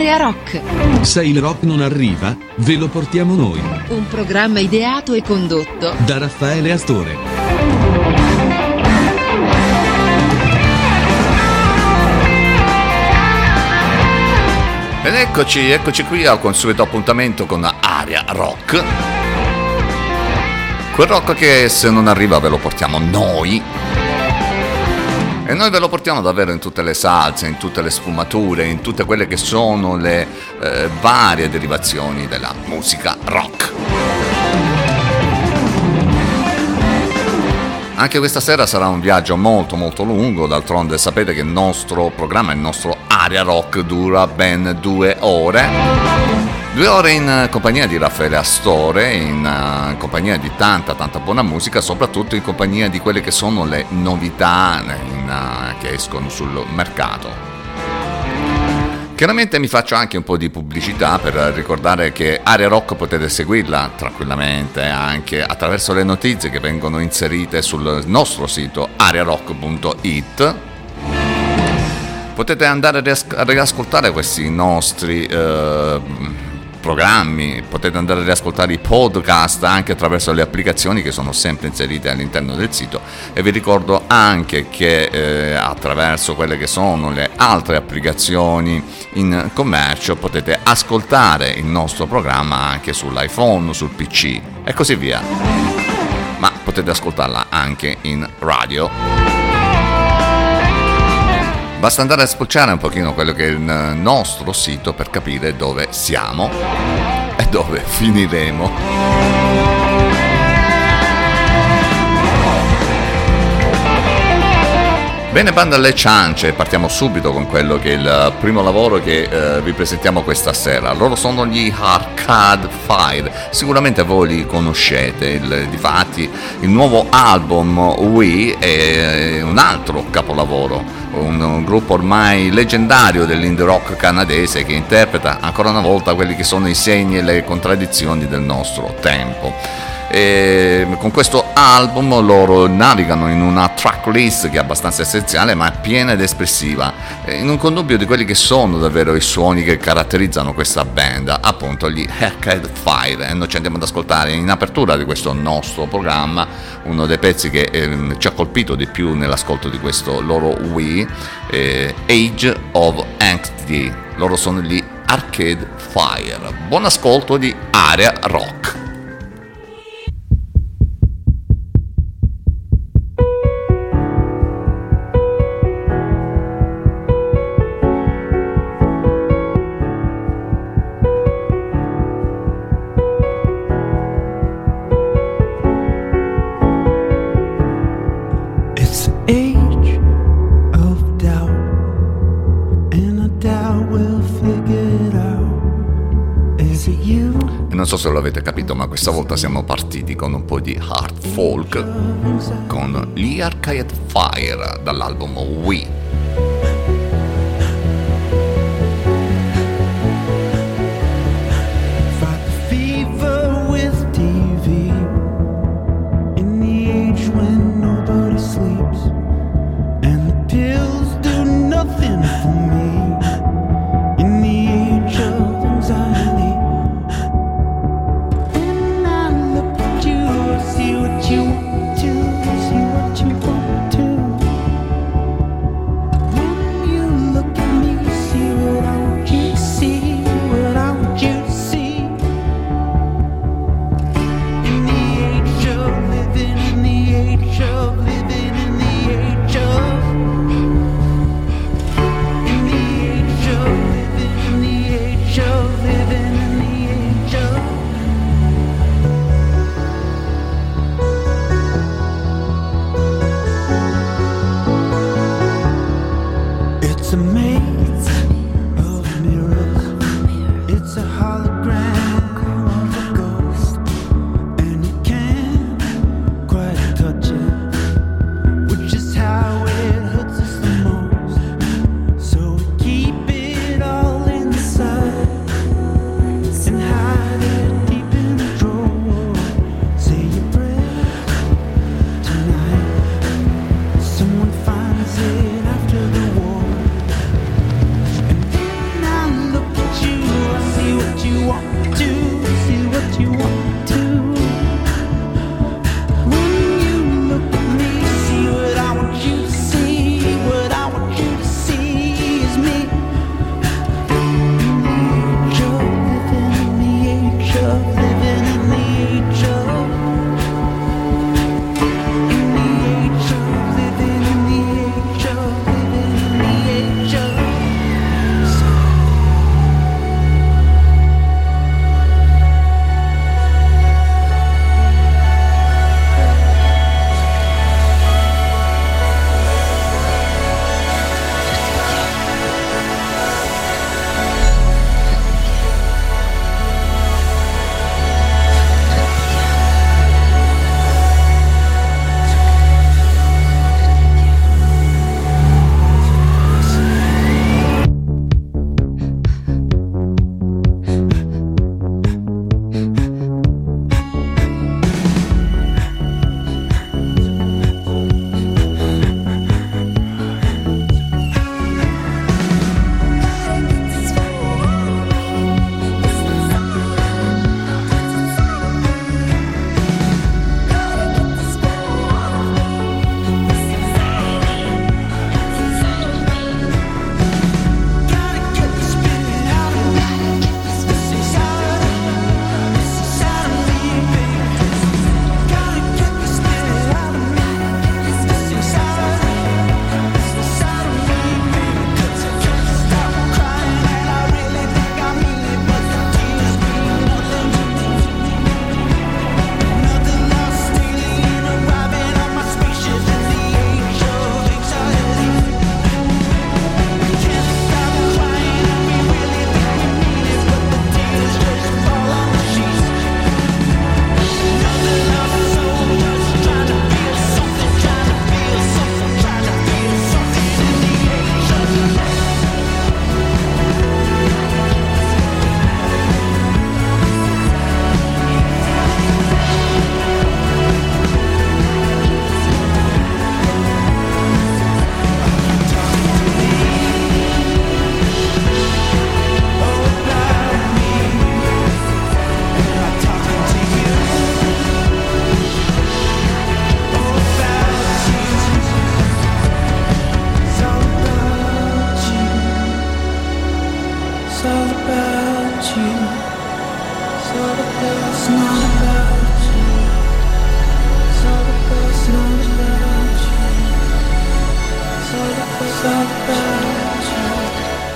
Area Rock. Se il rock non arriva, ve lo portiamo noi. Un programma ideato e condotto da Raffaele Astore. Ed eccoci qui al consueto appuntamento con Area Rock. Quel rock che se non arriva ve lo portiamo noi. E noi ve lo portiamo davvero in tutte le salse, in tutte le sfumature, in tutte quelle che sono le varie derivazioni della musica rock. Anche questa sera sarà un viaggio molto molto lungo, d'altronde sapete che il nostro programma, il nostro Area Rock dura ben 2 ore. 2 ore in compagnia di Raffaele Astore, in compagnia di tanta buona musica, soprattutto in compagnia di quelle che sono le novità che escono sul mercato. Chiaramente mi faccio anche un po' di pubblicità per ricordare che Area Rock potete seguirla tranquillamente anche attraverso le notizie che vengono inserite sul nostro sito arearock.it. Potete andare a riascoltare questi nostri programmi, potete andare a riascoltare i podcast anche attraverso le applicazioni che sono sempre inserite all'interno del sito, e vi ricordo anche che attraverso quelle che sono le altre applicazioni in commercio potete ascoltare il nostro programma anche sull'iPhone, sul PC e così via, ma potete ascoltarla anche in radio. Basta andare a spulciare un pochino quello che è il nostro sito per capire dove siamo e dove finiremo. Bene, banda alle ciance, partiamo subito con quello che è il primo lavoro che vi presentiamo questa sera. Loro sono gli Arcade Fire, sicuramente voi li conoscete, difatti il nuovo album We è un altro capolavoro, un gruppo ormai leggendario dell'indie rock canadese che interpreta ancora una volta quelli che sono i segni e le contraddizioni del nostro tempo. E con questo album loro navigano in una tracklist che è abbastanza essenziale ma è piena ed espressiva, in un connubio di quelli che sono davvero i suoni che caratterizzano questa band, appunto gli Arcade Fire. E noi ci andiamo ad ascoltare in apertura di questo nostro programma uno dei pezzi che ci ha colpito di più nell'ascolto di questo loro We, Age of Anxiety. Loro sono gli Arcade Fire. Buon ascolto di Area Rock. Non so se lo avete capito, ma questa volta siamo partiti con un po' di hard folk con gli Arcade Fire dall'album We. You want to see what you want to.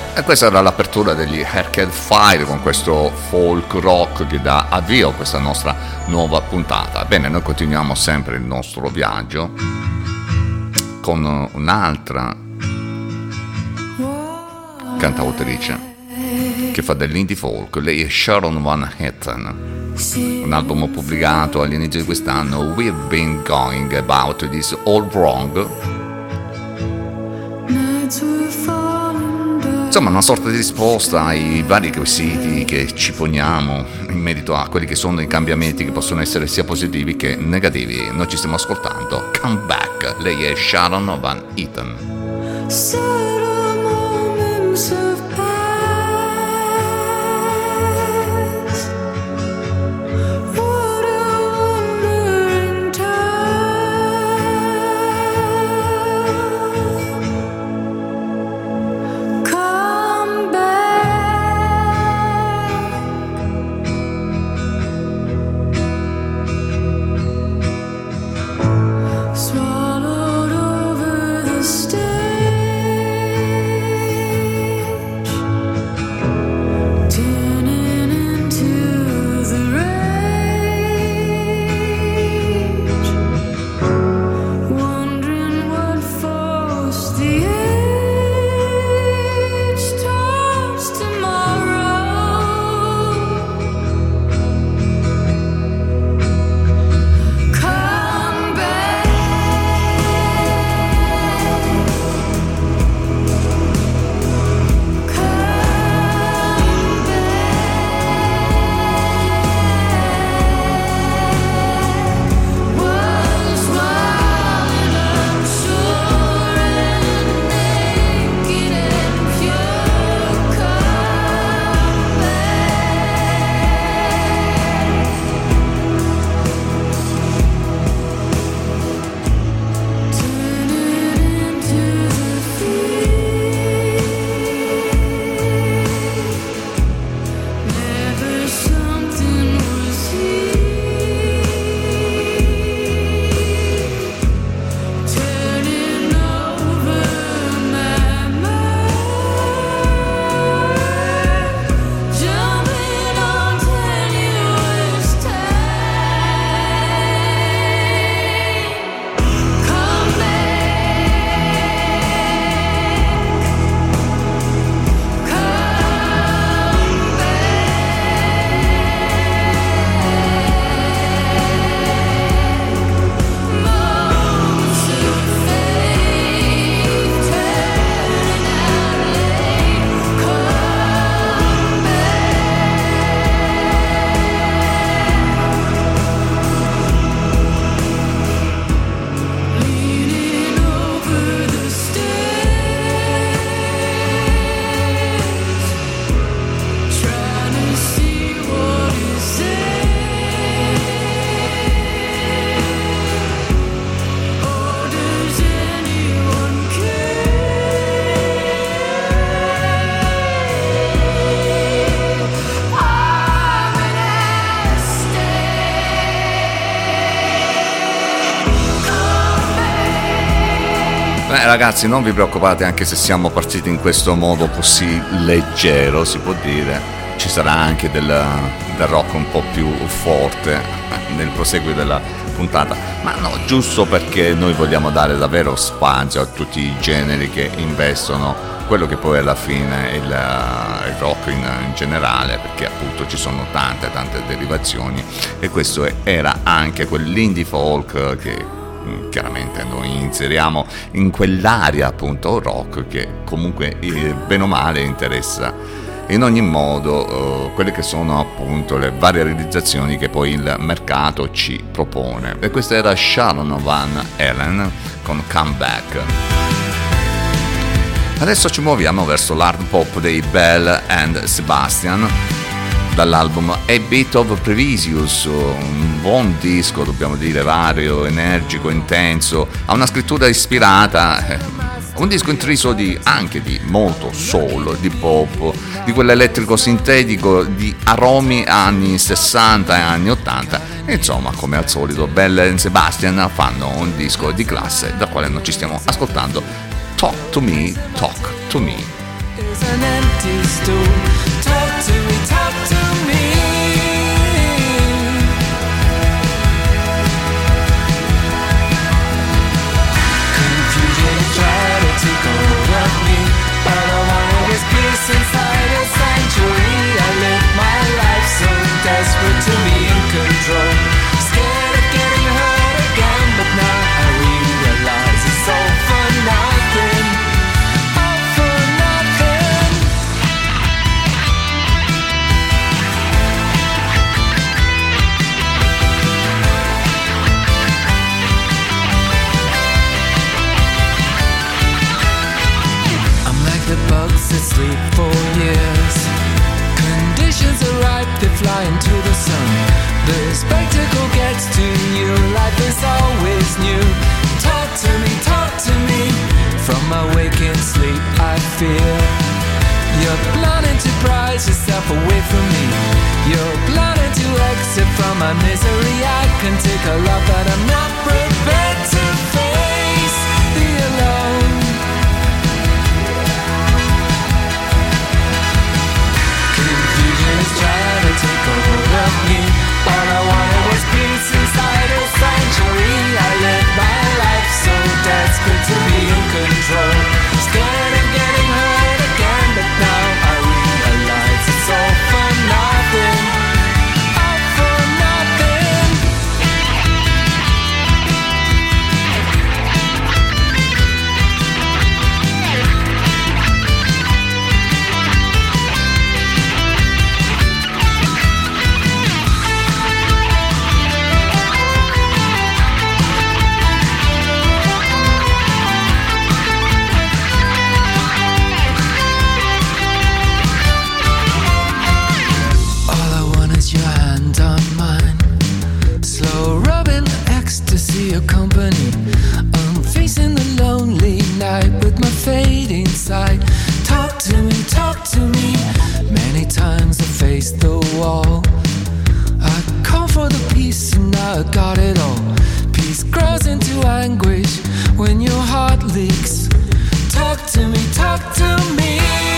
E questa era l'apertura degli Arcade Fire con questo folk rock che dà avvio a questa nostra nuova puntata. Bene, noi continuiamo sempre il nostro viaggio con un'altra cantautrice che fa dell'indie folk. Lei è Sharon Van Etten. Un album pubblicato all'inizio di quest'anno, We've Been Going About This All Wrong. Insomma, una sorta di risposta ai vari quesiti che ci poniamo in merito a quelli che sono i cambiamenti che possono essere sia positivi che negativi. Noi ci stiamo ascoltando Come Back. Lei è Sharon Van Etten. Ragazzi, non vi preoccupate, anche se siamo partiti in questo modo così leggero, si può dire, ci sarà anche del rock un po' più forte nel proseguo della puntata, ma no, giusto perché noi vogliamo dare davvero spazio a tutti i generi che investono quello che poi alla fine è il rock in generale, perché appunto ci sono tante derivazioni, e questo era anche quell'indie folk che chiaramente noi inseriamo in quell'area appunto rock che comunque bene o male interessa in ogni modo quelle che sono appunto le varie realizzazioni che poi il mercato ci propone. E questa era Sharon Van Etten con Come Back. Adesso ci muoviamo verso l'hard pop dei Belle and Sebastian, dall'album A Bit of Previous, un buon disco, dobbiamo dire, vario, energico, intenso, ha una scrittura ispirata, un disco intriso anche di molto soul, di pop, di quell'elettrico sintetico, di aromi anni 60 e anni 80, e insomma, come al solito, Belle and Sebastian fanno un disco di classe dal quale noi ci stiamo ascoltando Talk to Me, Talk to Me. There's an empty stool. Talk to me, talk to me. Confusion is trying to take hold of me. All I wanted was peace inside a sanctuary. I live my life so desperate to be in control. Scared of getting hurt again, but now I realize it's all for nothing. All for nothing. I'm like the bugs that sleep for years. Conditions are ripe, they fly into the sun. The spectacle gets to you, life is always new. Talk to me. From my waking sleep I fear you're planning to prize yourself away from me. You're planning to exit from my misery. I can take a lot, but I'm not prepared to face the alone. Confusion is trying to take hold of me. All I wanted was peace inside a sanctuary. I live my life so desperate to be in control. Scared of getting hurt again, but now I realize it's all for nothing. All for nothing. Your company, I'm facing the lonely night with my fate inside. Talk to me. Many times I faced the wall. I called for the peace and now I got it all. Peace grows into anguish when your heart leaks. Talk to me, talk to me.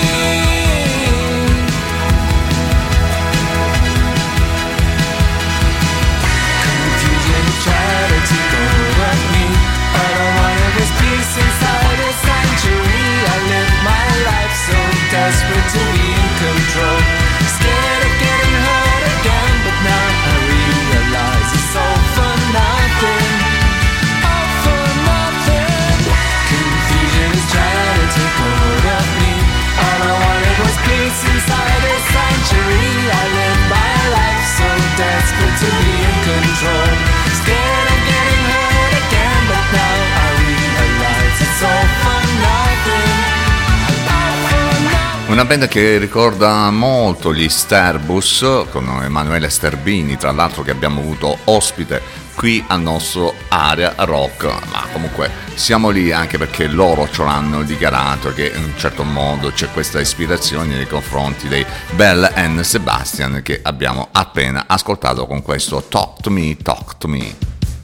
Try to take hold of me. All I wanted was peace inside a sanctuary. I live my life so desperate to be in control. Scared of getting hurt again, but now I realize it's all for nothing. All for nothing. Confusion is trying to take hold of me. All I wanted was peace inside a sanctuary. I live my life so desperate to be in control. Scared of getting hurt again, but now I realize it's all for nothing. All for nothing. Una band che ricorda molto gli Starbus, con Emanuele Sterbini, tra l'altro, che abbiamo avuto ospite qui al nostro Area Rock, ma comunque siamo lì anche perché loro ce l'hanno dichiarato che in un certo modo c'è questa ispirazione nei confronti dei Belle and Sebastian che abbiamo appena ascoltato con questo Talk to Me, Talk to Me.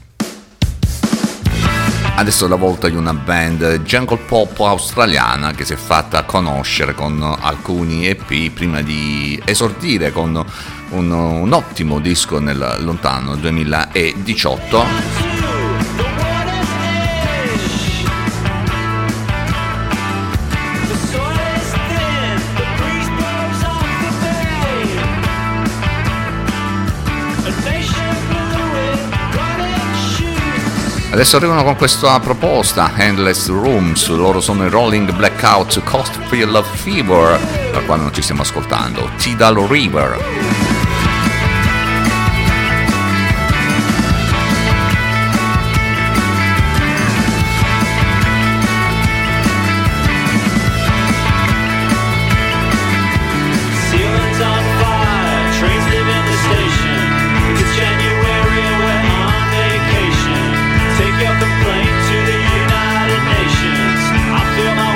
Adesso è la volta di una band jungle pop australiana che si è fatta conoscere con alcuni EP prima di esordire con un ottimo disco nel lontano 2018. Adesso arrivano con questa proposta, Endless Rooms, loro sono i Rolling Blackout Coastfield Fever, dal quale non ci stiamo ascoltando, Tidal River.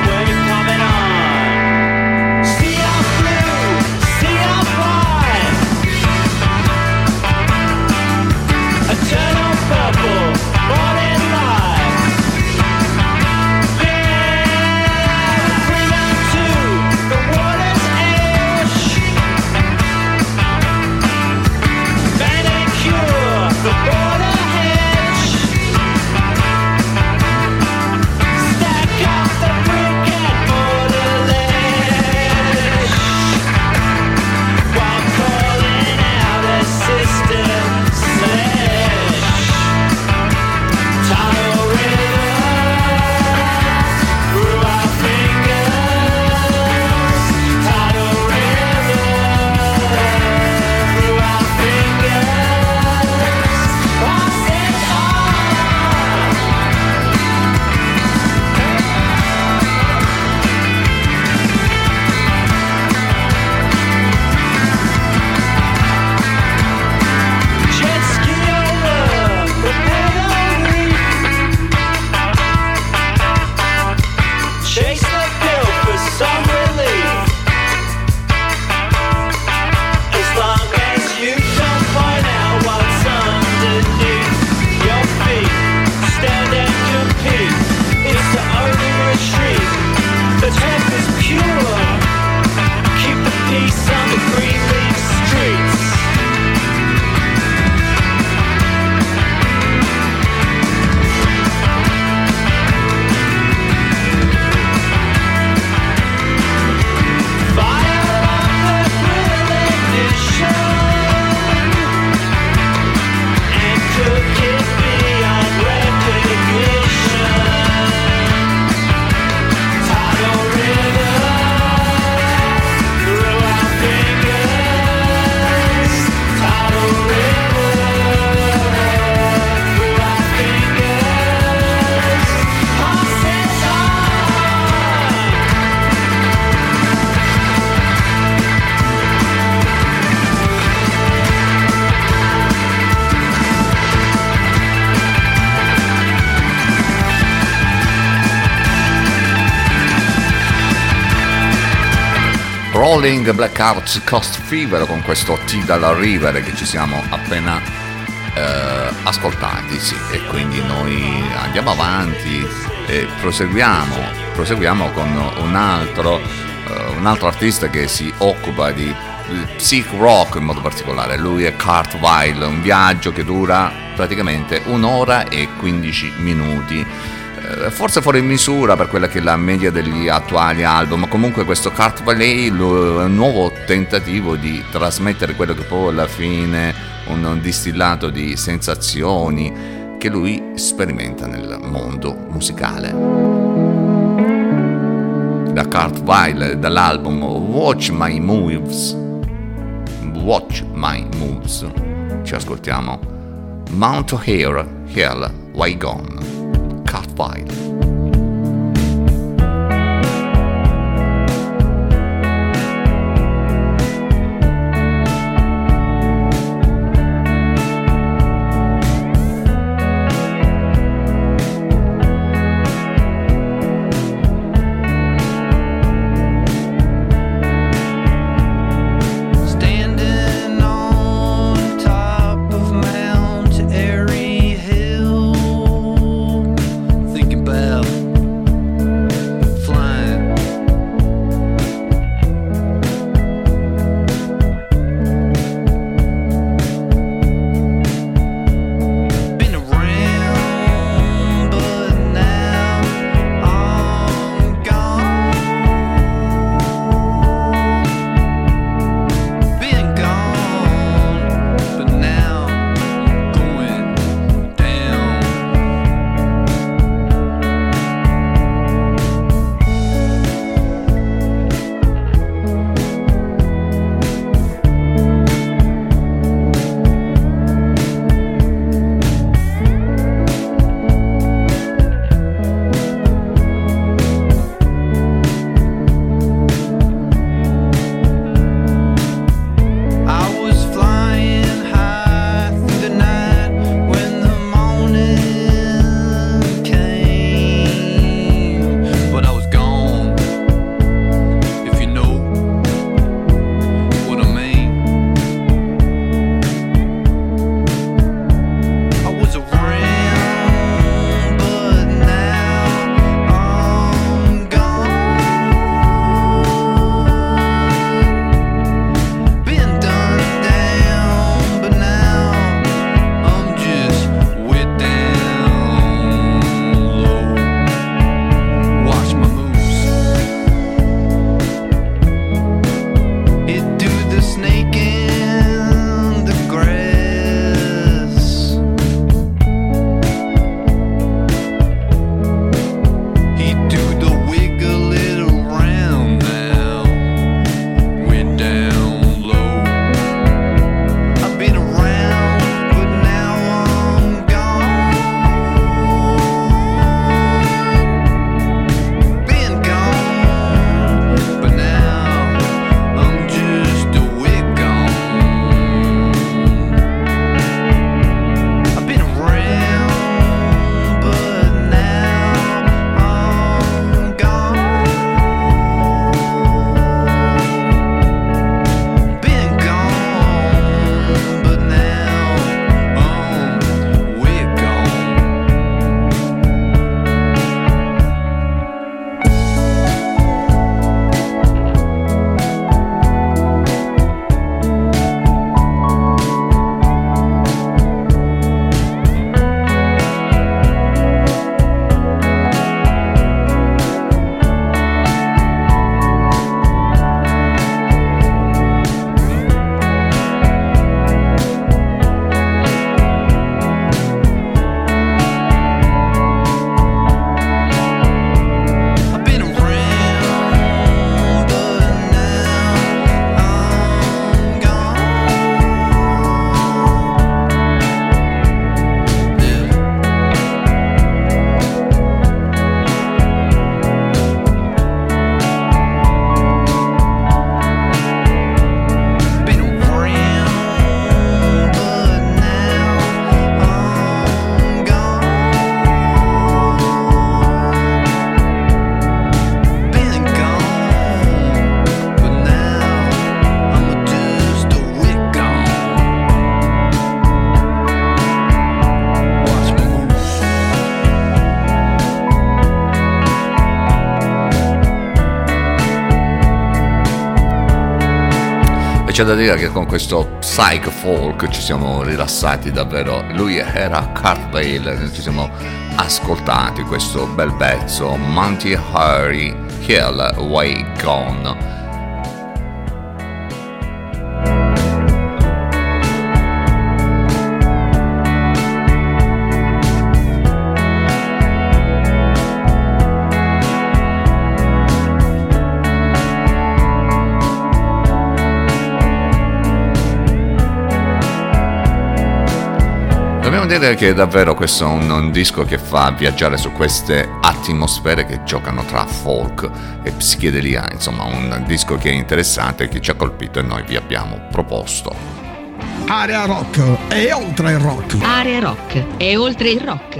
See how blue, see how bright. Rolling Blackouts Coast Fever con questo Tidal River che ci siamo appena ascoltati, sì, e quindi noi andiamo avanti e proseguiamo con un altro artista che si occupa di psych rock in modo particolare. Lui è Kurt Weill, un viaggio che dura praticamente 1 ora e 15 minuti, forse fuori misura per quella che è la media degli attuali album, ma comunque questo Kurt Weill è un nuovo tentativo di trasmettere quello che poi alla fine un distillato di sensazioni che lui sperimenta nel mondo musicale. Da Kurt Weill, dall'album Watch My Moves, ci ascoltiamo Mount Hell, Why Gone, Kurt Weill. Well c'è da dire che con questo psych folk ci siamo rilassati davvero. Lui era Kurt Vale, ci siamo ascoltati questo bel pezzo, Monty Harry Hill Way Gone. Dobbiamo dire che davvero questo è un disco che fa viaggiare su queste atmosfere che giocano tra folk e psichedelia, insomma un disco che è interessante, che ci ha colpito e noi vi abbiamo proposto. Area rock e oltre il rock. Area rock e oltre il rock.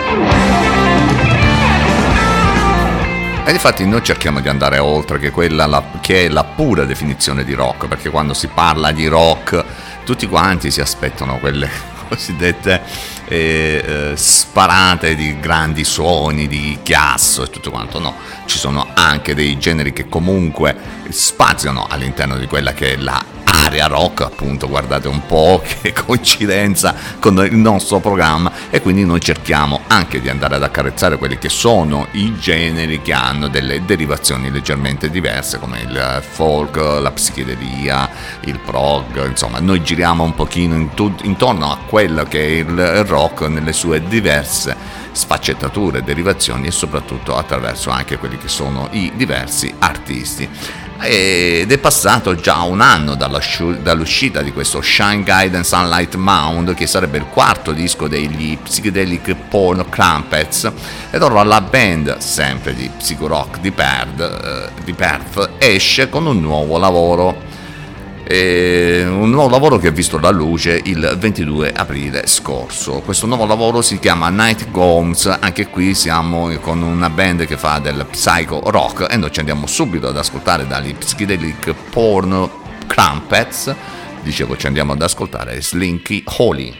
E infatti noi cerchiamo di andare oltre che quella che è la pura definizione di rock, perché quando si parla di rock tutti quanti si aspettano quelle cosiddette sparate di grandi suoni, di chiasso e tutto quanto. No, ci sono anche dei generi che comunque spaziano all'interno di quella che è la area rock, appunto, guardate un po' che coincidenza con il nostro programma, e quindi noi cerchiamo anche di andare ad accarezzare quelli che sono i generi che hanno delle derivazioni leggermente diverse, come il folk, la psichedelia, il prog, insomma noi giriamo un pochino intorno a quello che è il rock nelle sue diverse sfaccettature, derivazioni e soprattutto attraverso anche quelli che sono i diversi artisti. Ed è passato già un anno dall'uscita di questo Shine Guide Sunlight Mound, che sarebbe il quarto disco degli Psychedelic Porn Crumpets, ed ora la band, sempre di psycho rock di Perth, esce con un nuovo lavoro. Un nuovo lavoro che ha visto la luce il 22 aprile scorso. Questo nuovo lavoro si chiama Night Gomes. Anche qui siamo con una band che fa del psycho rock e noi ci andiamo subito ad ascoltare dagli Psychedelic Porn Crumpets. Dicevo, ci andiamo ad ascoltare Slinky Holly.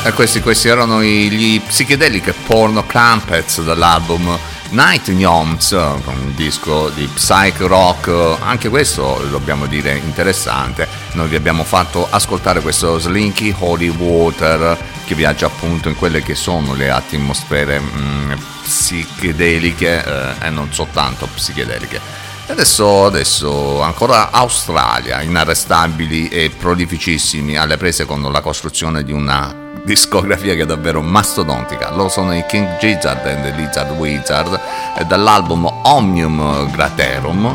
E questi erano gli Psychedelic Porno Crumpets dall'album Night Gnomes, un disco di psych rock, anche questo dobbiamo dire interessante. Noi vi abbiamo fatto ascoltare questo Slinky Holy Water che viaggia appunto in quelle che sono le atmosfere psichedeliche e non soltanto psichedeliche. Adesso ancora Australia, inarrestabili e prolificissimi, alle prese con la costruzione di una discografia che è davvero mastodontica. Loro sono i King Gizzard and the Lizard Wizard e dall'album Omnium Graterum.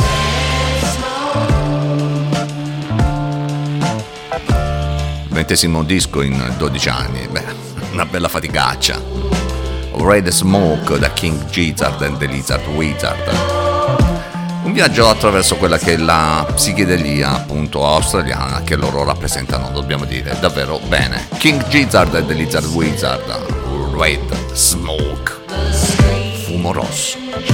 Ventesimo disco in 12 anni, una bella faticaccia. Red Smoke da King Gizzard and the Lizard Wizard. Un viaggio attraverso quella che è la psichedelia appunto australiana che loro rappresentano, dobbiamo dire, davvero bene. King Gizzard e The Lizard Wizard, Red Smoke, fumo rosso.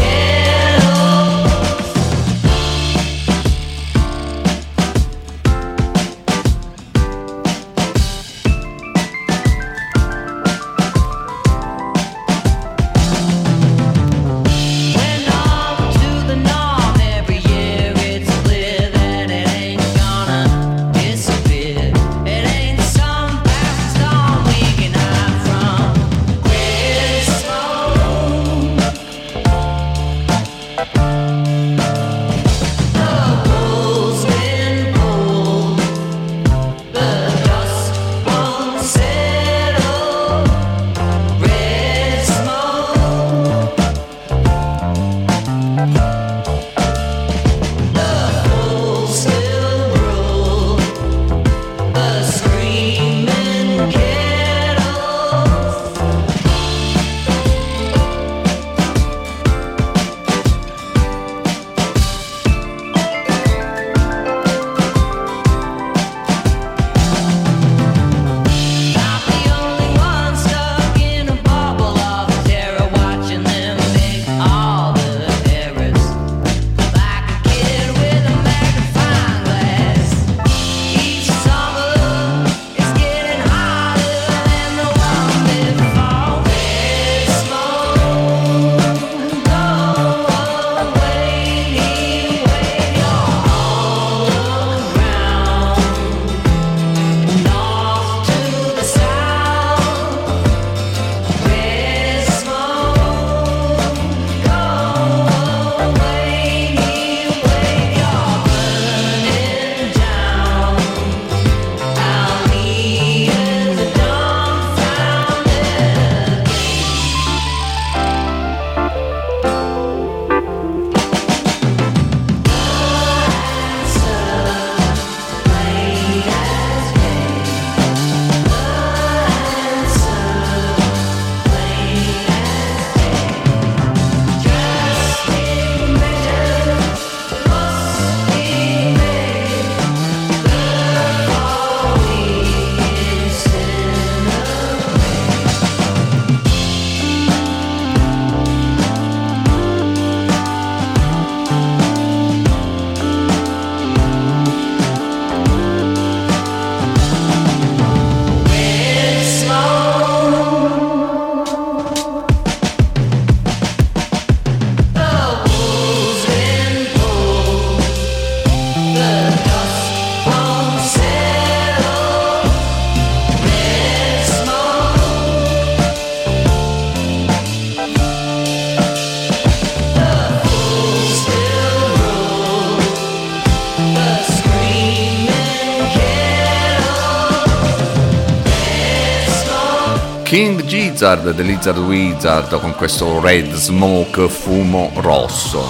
King Gizzard e The Lizard Wizard con questo Red Smoke, fumo rosso.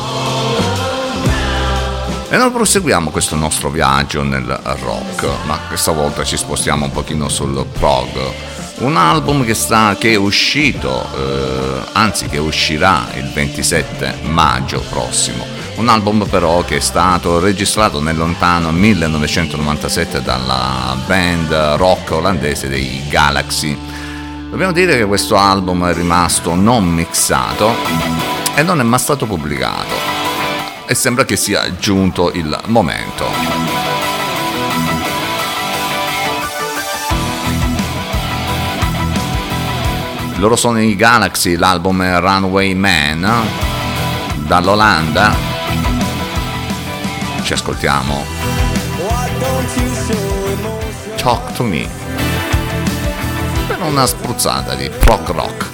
E noi proseguiamo questo nostro viaggio nel rock, ma questa volta ci spostiamo un pochino sul prog. Un album che è uscito, anzi che uscirà il 27 maggio prossimo. Un album però che è stato registrato nel lontano 1997 dalla band rock olandese dei Galaxy. Dobbiamo dire che questo album è rimasto non mixato e non è mai stato pubblicato e sembra che sia giunto il momento. Loro sono i Galaxy, l'album è Runaway Man, dall'Olanda. Ci ascoltiamo Talk to Me per una spruzzata di prog rock.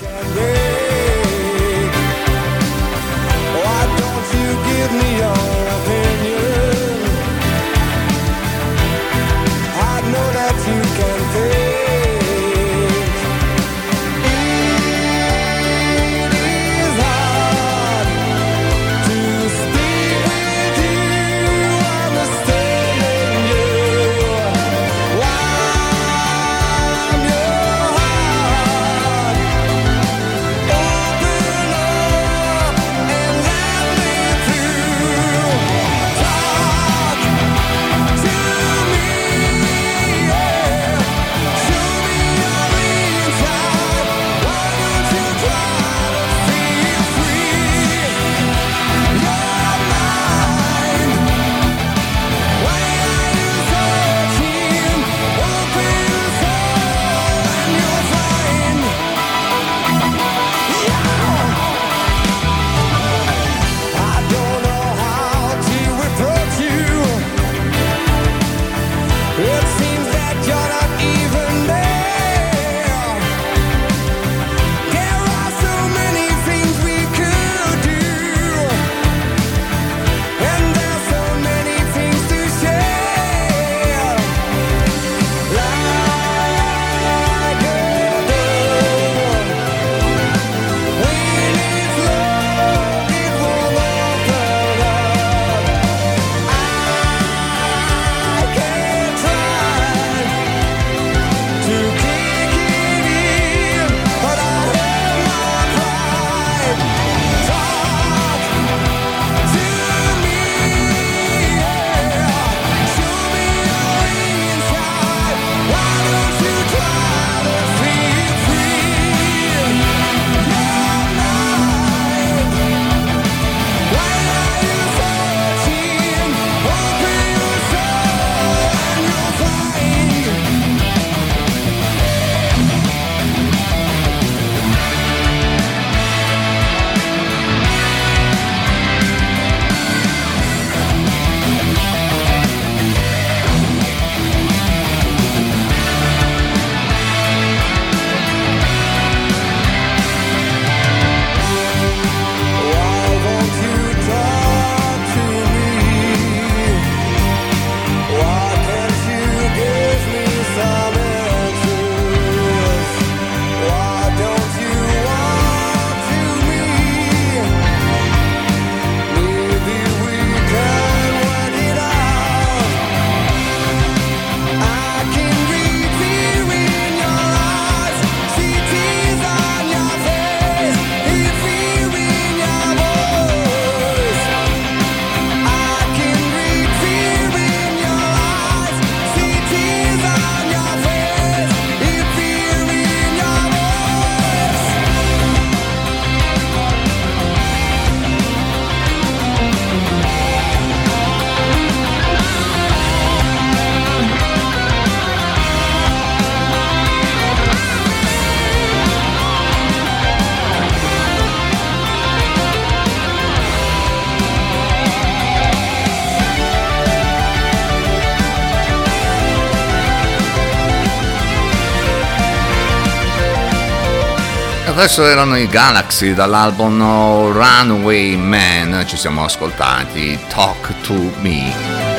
Adesso erano i Galaxy dall'album Runaway Man, ci siamo ascoltati Talk to Me.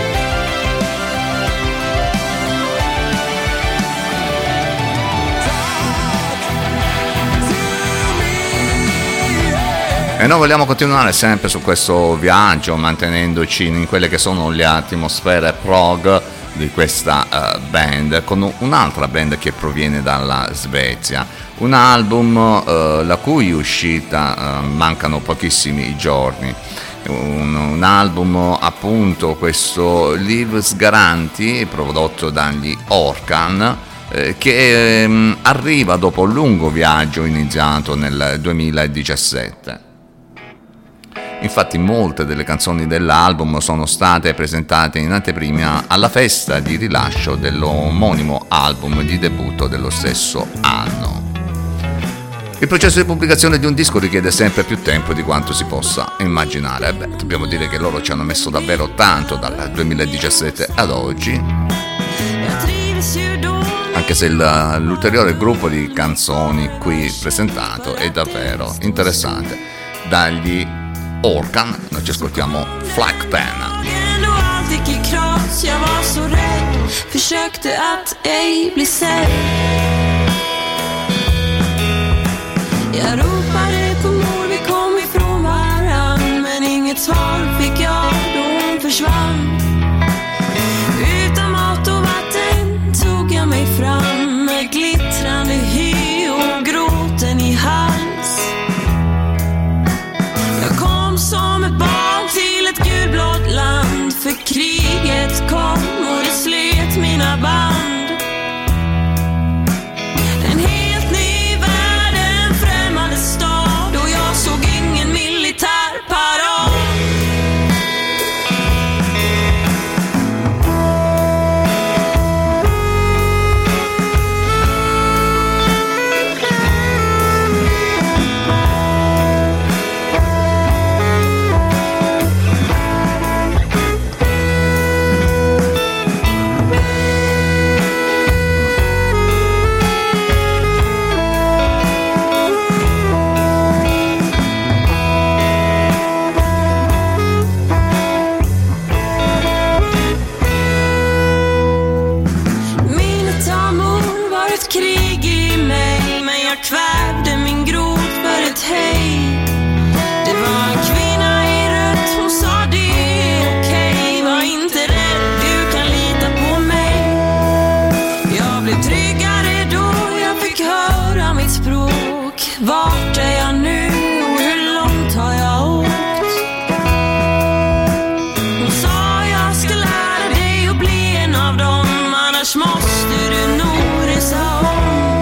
E noi vogliamo continuare sempre su questo viaggio, mantenendoci in quelle che sono le atmosfere prog di questa band, con un'altra band che proviene dalla Svezia. Un album la cui uscita mancano pochissimi giorni. Un album, appunto, questo Lives Garanti, prodotto dagli Orkan, che arriva dopo un lungo viaggio iniziato nel 2017. Infatti molte delle canzoni dell'album sono state presentate in anteprima alla festa di rilascio dell'omonimo album di debutto dello stesso anno. Il processo di pubblicazione di un disco richiede sempre più tempo di quanto si possa immaginare. Dobbiamo dire che loro ci hanno messo davvero tanto dal 2017 ad oggi, anche se l'ulteriore gruppo di canzoni qui presentato är davvero interessante. Dagli Orkan noi ci ascoltiamo Flak 10. Jag var så rädd, försökte att ej bli sedd. Jag ropade på mor, vi kom ifrån varann, men inget svar fick jag då hon försvann. Utan mat och vatten tog jag mig fram med glittrande hy och gråten i hals. Jag kom som ett barn till ett gulblått land, för kriget kom och det slet mina band. En helt ny värld, en främmande stad, och jag såg ingen militärparad. Krig i mig, men jag kvävde min gråt för ett hej. Det var en kvinna i rött, hon sa det är okej. Var inte rädd, du kan lita på mig. Jag blev tryggare då jag fick höra mitt språk. Vart är jag nu och hur långt har jag åkt? Hon sa jag ska lära dig att bli en av dem, annars måste du nog resa om.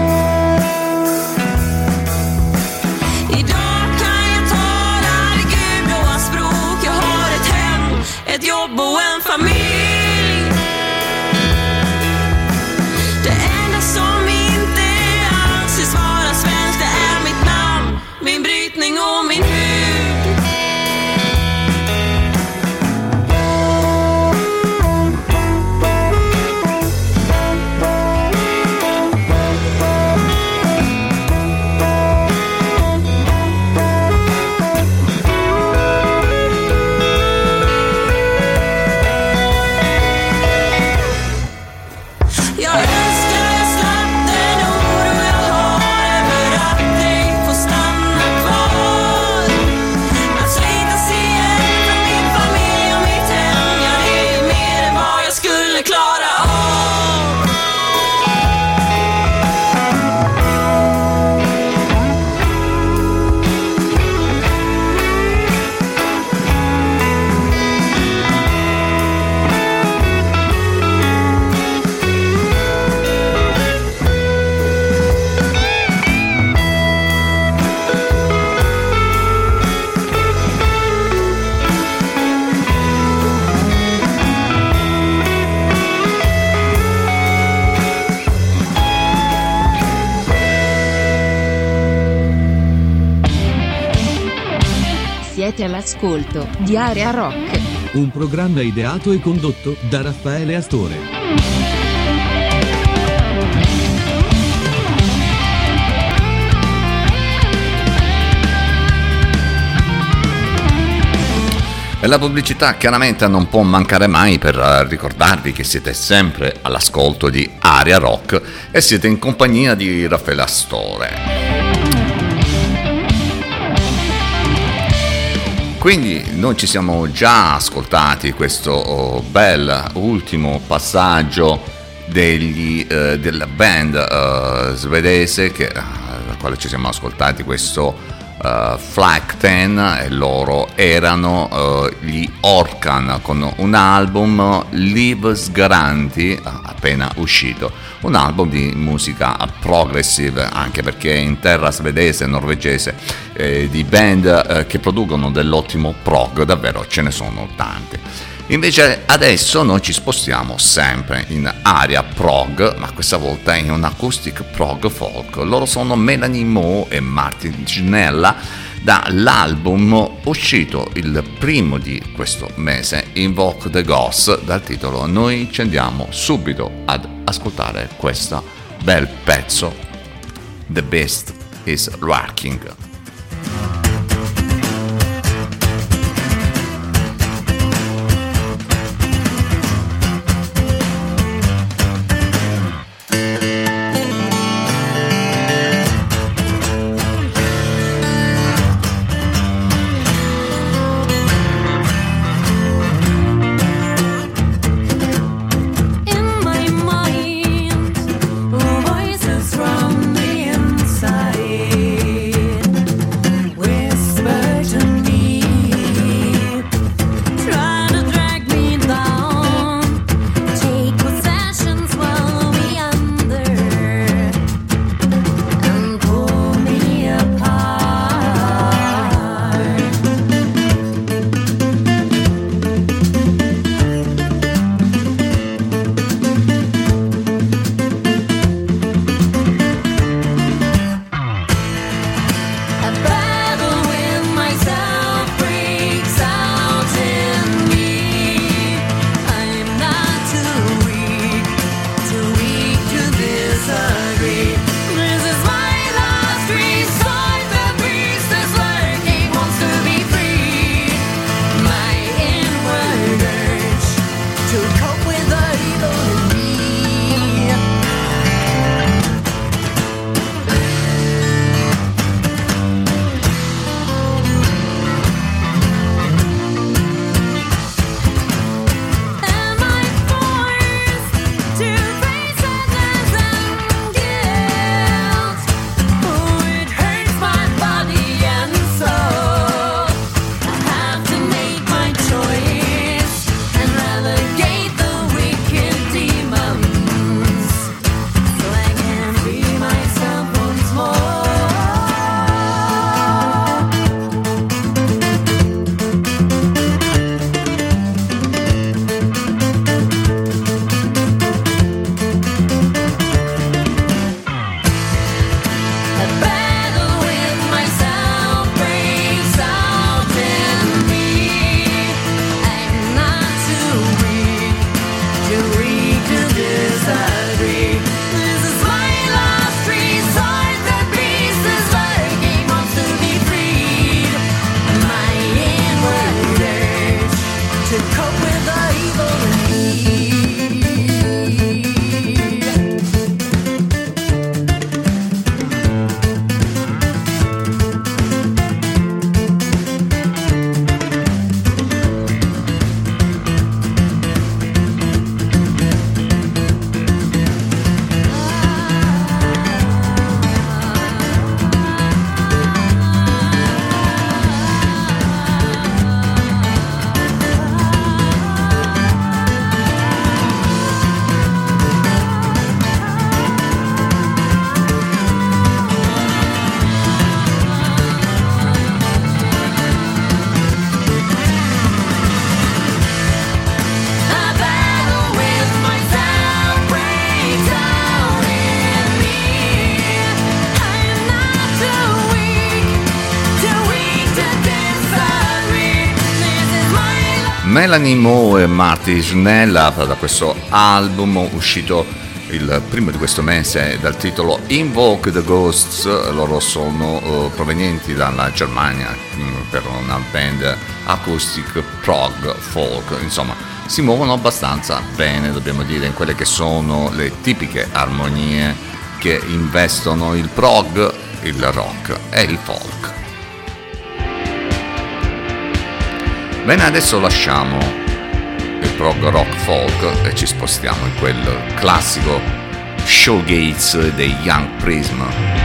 Idag kan jag tala det gudblåa språk. Jag har ett hem, ett jobb och en familj. Det enda som inte anses vara svenskt, det är mitt namn, min brytning och min hud. Jag önskar jag slapp den oro jag har över att dig få stanna kvar. Att slitas igen från min familj och mitt hem, ja det är mer än vad jag skulle klara av. Siete all'ascolto di Area Rock. Un programma ideato e condotto da Raffaele Astore. E la pubblicità chiaramente non può mancare mai per ricordarvi che siete sempre all'ascolto di Area Rock e siete in compagnia di Raffaele Astore. Quindi noi ci siamo già ascoltati questo bel ultimo passaggio della band svedese dal quale ci siamo ascoltati questo Flak 10, e loro erano gli Orkan con un album Livsgaranti appena uscito, un album di musica progressive, anche perché in terra svedese e norvegese di band che producono dell'ottimo prog davvero ce ne sono tante. Invece adesso noi ci spostiamo sempre in area prog, ma questa volta in un acoustic prog folk. Loro sono Melanie Moe e Martin Ginella, dall'album uscito il primo di questo mese, Invoke the Ghost, dal titolo. Noi ci andiamo subito ad ascoltare questo bel pezzo, The Beast is Lurking. Melanie Moe e Martin Ginella da questo album uscito il primo di questo mese dal titolo Invoke the Ghosts. Loro sono provenienti dalla Germania per una band acoustic prog folk, insomma si muovono abbastanza bene, dobbiamo dire, in quelle che sono le tipiche armonie che investono il prog, il rock e il folk. Bene, adesso lasciamo il prog rock folk e ci spostiamo in quel classico shoegaze dei Young Prism.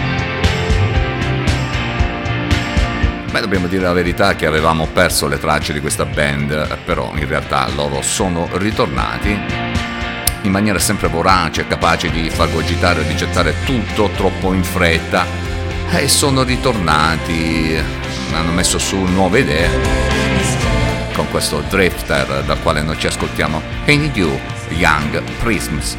Beh, dobbiamo dire la verità che avevamo perso le tracce di questa band, però in realtà loro sono ritornati in maniera sempre vorace, capace di far cogitare e di gettare tutto troppo in fretta, e sono ritornati, hanno messo su nuove idee con questo Drifter, dal quale noi ci ascoltiamo Ain't You, Young Prisms.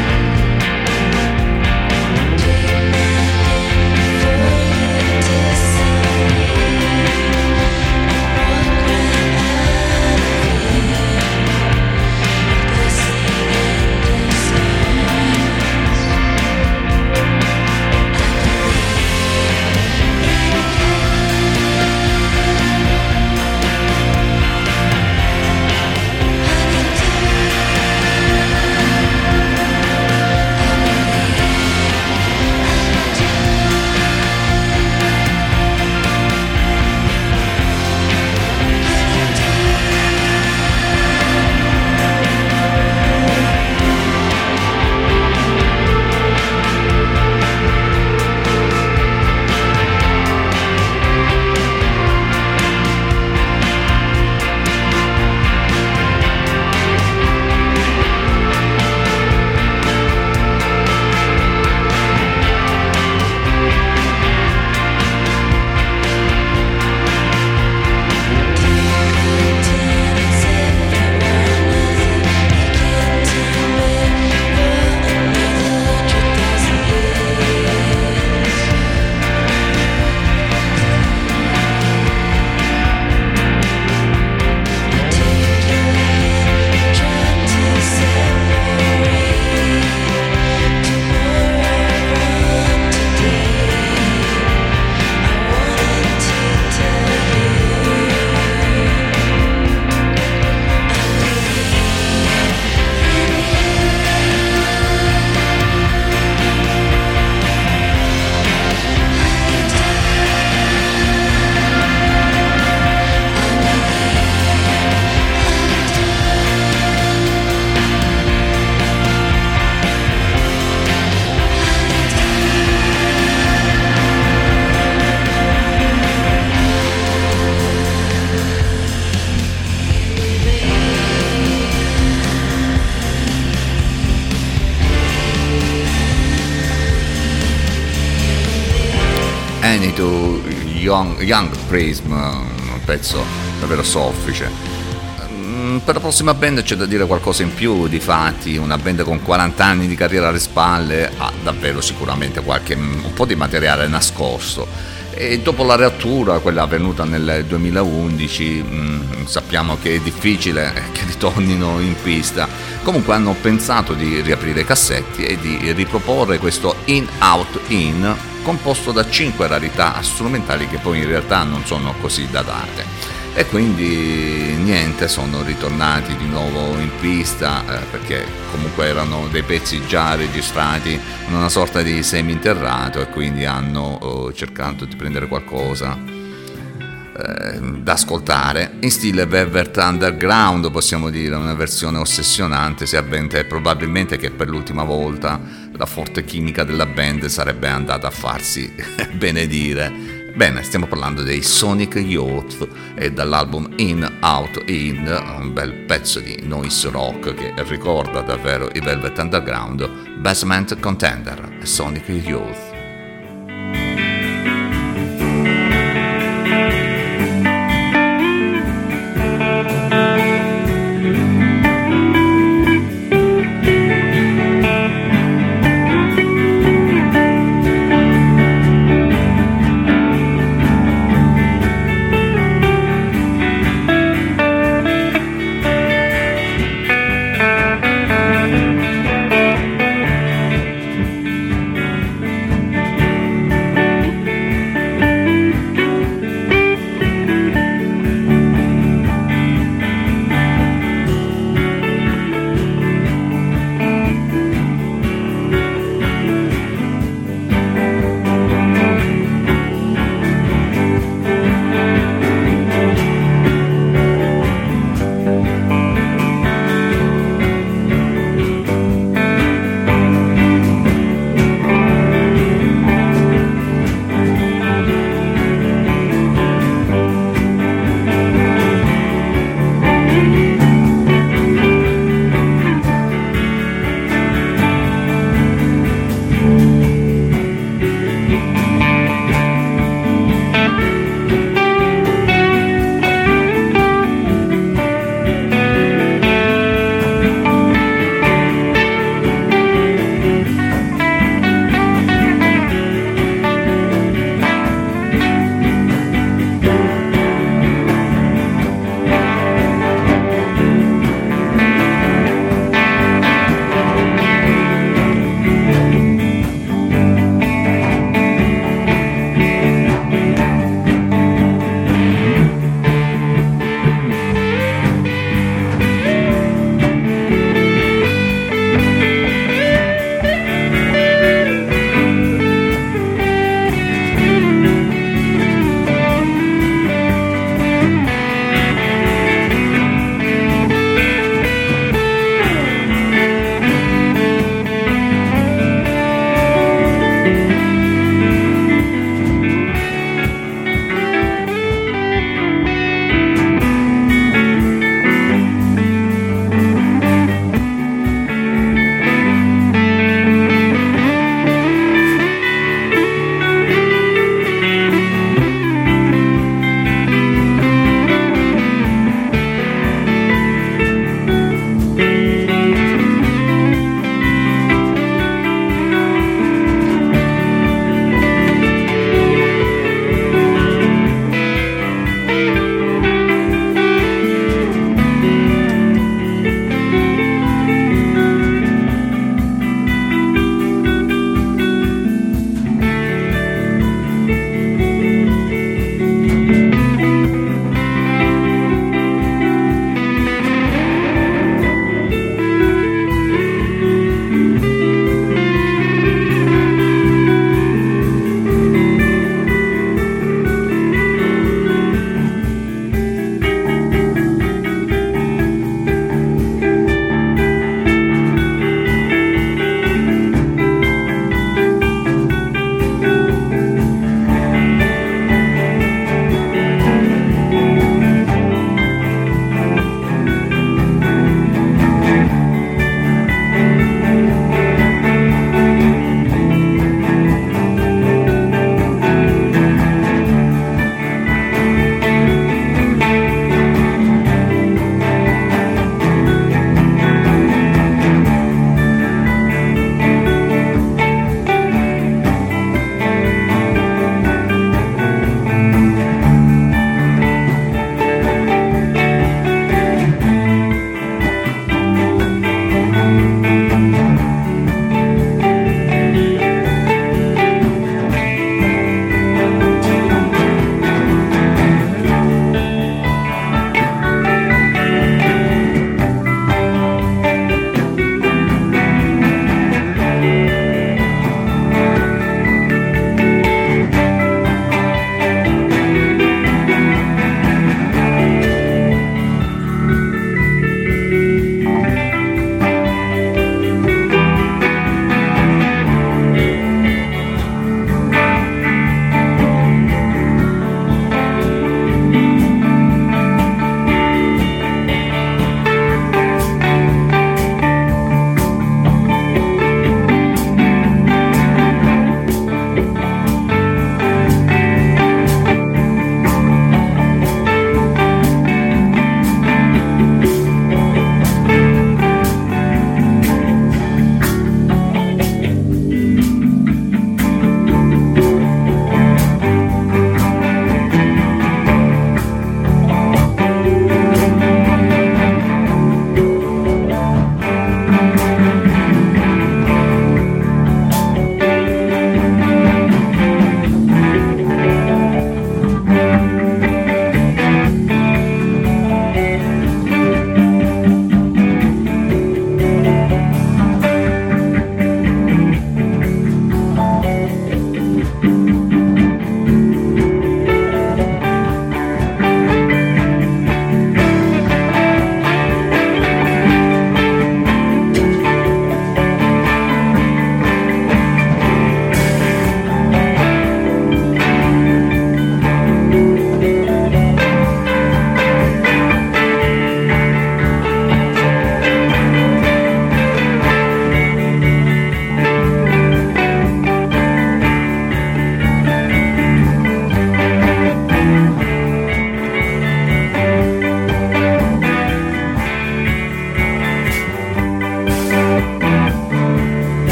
Young Prism, un pezzo davvero soffice. Per la prossima band c'è da dire qualcosa in più, difatti una band con 40 anni di carriera alle spalle ha davvero sicuramente un po' di materiale nascosto, e dopo la reattura, quella avvenuta nel 2011, sappiamo che è difficile che ritornino in pista. Comunque hanno pensato di riaprire i cassetti e di riproporre questo In Out In, composto da 5 rarità strumentali che poi in realtà non sono così datate, e quindi niente, sono ritornati di nuovo in pista, perché comunque erano dei pezzi già registrati in una sorta di semi-interrato, e quindi hanno cercato di prendere qualcosa da ascoltare in stile Velvet Underground, possiamo dire, una versione ossessionante. Si avverte probabilmente che per l'ultima volta la forte chimica della band sarebbe andata a farsi benedire. Bene, stiamo parlando dei Sonic Youth e dall'album In Out In, un bel pezzo di noise rock che ricorda davvero i Velvet Underground, Basement Contender, Sonic Youth.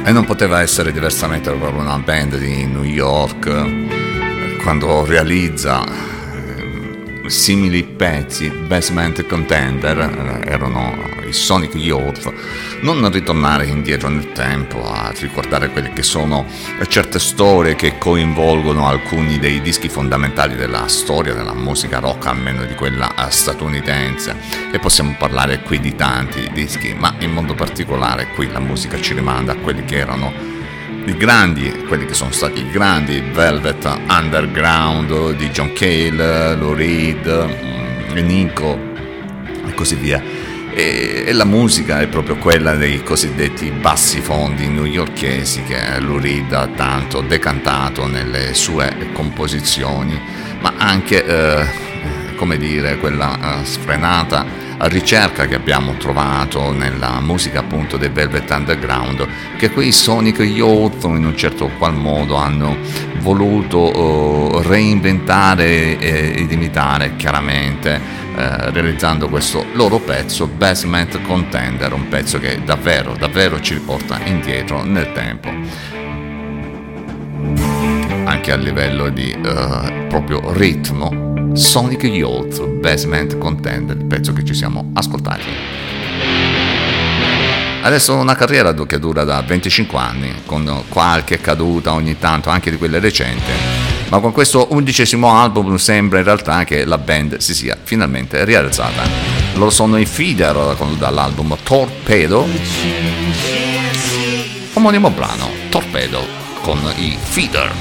E non poteva essere diversamente per una band di New York quando realizza simili pezzi. Basement Contender erano i Sonic Youth. Non ritornare indietro nel tempo a ricordare quelle che sono certe storie che coinvolgono alcuni dei dischi fondamentali della storia della musica rock, almeno di quella statunitense, e possiamo parlare qui di tanti dischi, ma in modo particolare qui la musica ci rimanda a quelli che erano i grandi, quelli che sono stati i grandi Velvet Underground di John Cale, Lou Reed, Nico e così via. E la musica è proprio quella dei cosiddetti bassi fondi newyorkesi che Lou Reed ha tanto decantato nelle sue composizioni, ma anche come dire, quella sfrenata ricerca che abbiamo trovato nella musica appunto dei Velvet Underground, che quei Sonic Youth in un certo qual modo hanno voluto reinventare ed imitare chiaramente, realizzando questo loro pezzo Basement Contender, un pezzo che davvero davvero ci riporta indietro nel tempo, anche a livello di proprio ritmo. Sonic Youth, Basement Contender, il pezzo che ci siamo ascoltati. Adesso una carriera che dura da 25 anni, con qualche caduta ogni tanto, anche di quelle recenti, ma con questo 11° album sembra in realtà che la band si sia finalmente rialzata. Loro sono i Feeder dall'album Torpedo, omonimo brano Torpedo con i Feeder.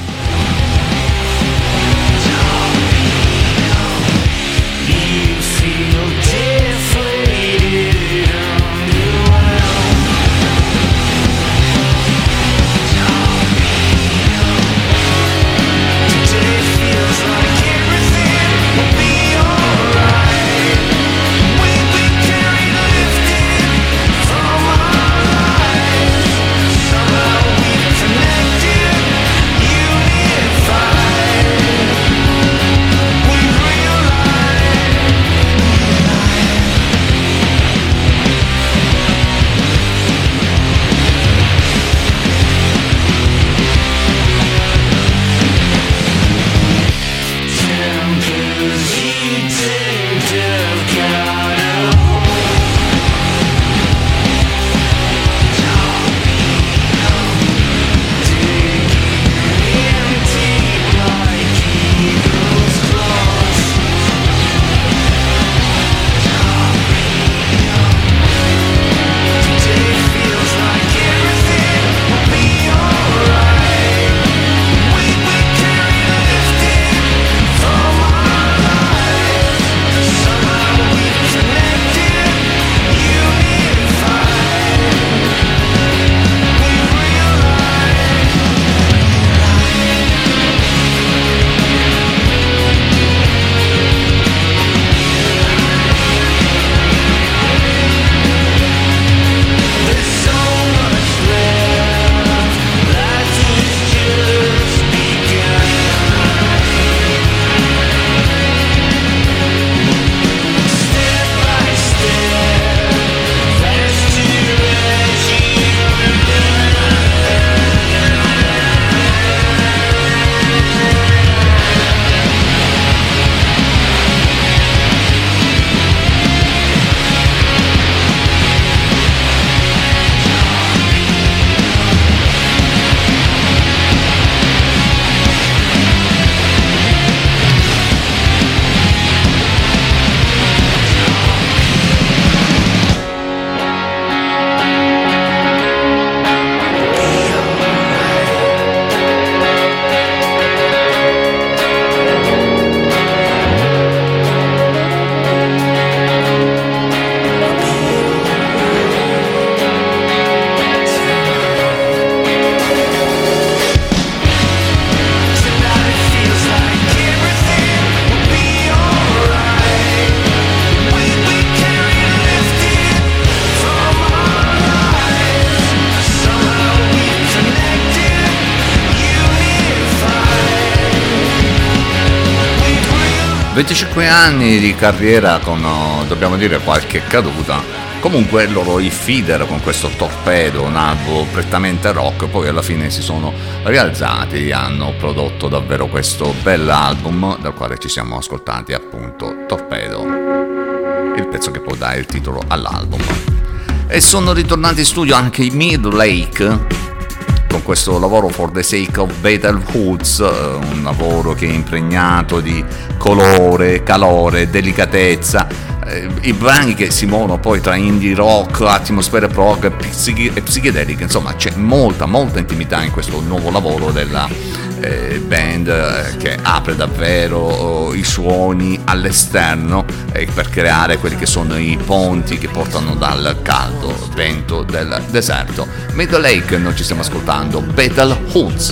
...25 anni di carriera con, dobbiamo dire, qualche caduta, Comunque loro i feeder con questo Torpedo, un album prettamente rock, poi alla fine si sono rialzati e hanno prodotto davvero questo bell'album dal quale ci siamo ascoltati appunto Torpedo, il pezzo che poi dà il titolo all'album. E sono ritornati in studio anche i Midlake con questo lavoro For the Sake of Bethel Woods, un lavoro che è impregnato di colore, calore, delicatezza. I brani che si muovono poi tra indie rock, atmosfere prog e psichedeliche, insomma c'è molta intimità in questo nuovo lavoro della band che apre davvero i suoni all'esterno per creare quelli che sono i ponti che portano dal caldo vento del deserto. Middle Lake, noi ci stiamo ascoltando Bethel Woods.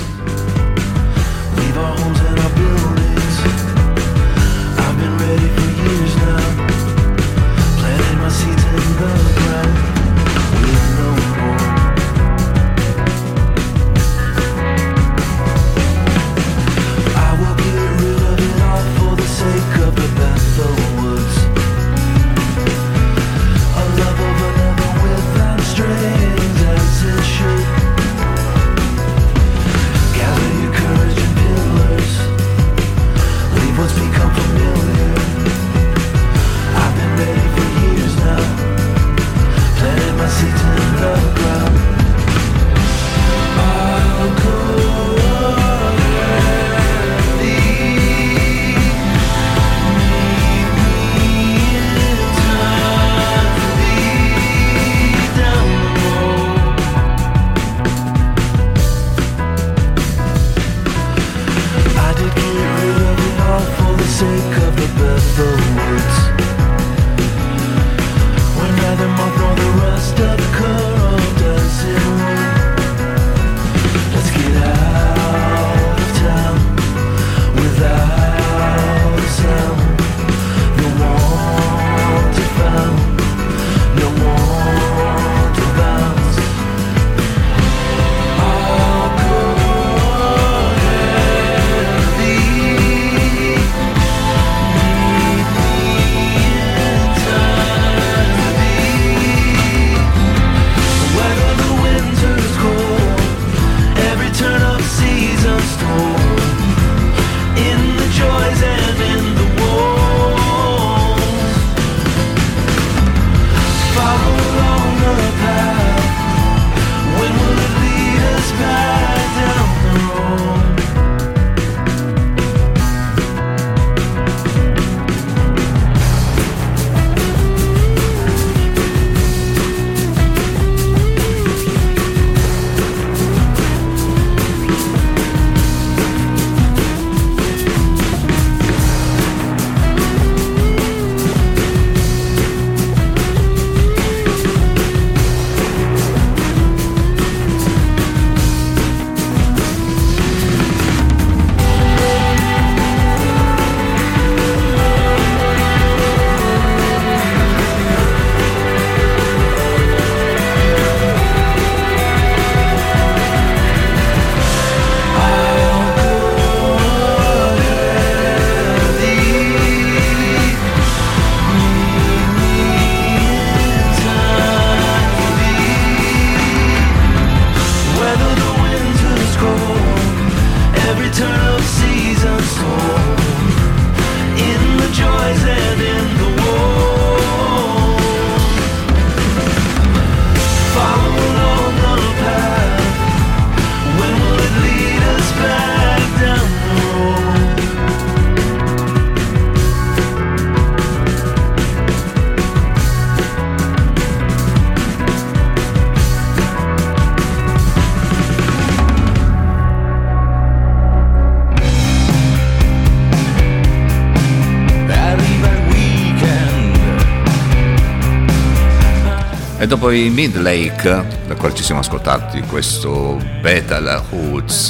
E dopo i Midlake, da quale ci siamo ascoltati questo Bethel Woods,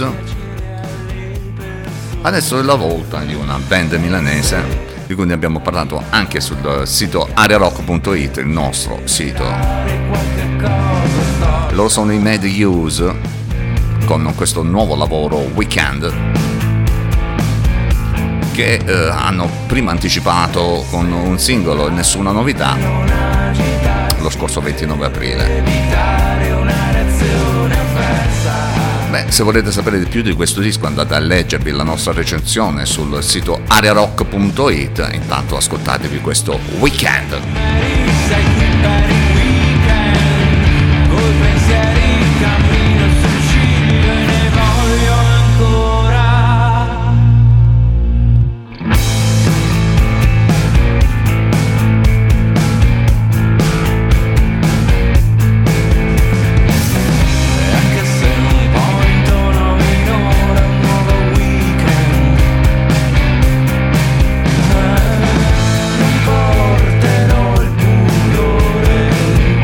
adesso è la volta di una band milanese di cui ne abbiamo parlato anche sul sito ariarock.it, il nostro sito. Loro sono i Mad Use con questo nuovo lavoro Weekend, che hanno prima anticipato con un singolo Nessuna Novità. lo scorso 29 aprile. Beh, se volete sapere di più di questo disco andate a leggervi la nostra recensione sul sito ariarock.it. Intanto ascoltatevi questo Weekend. Porterò il pudore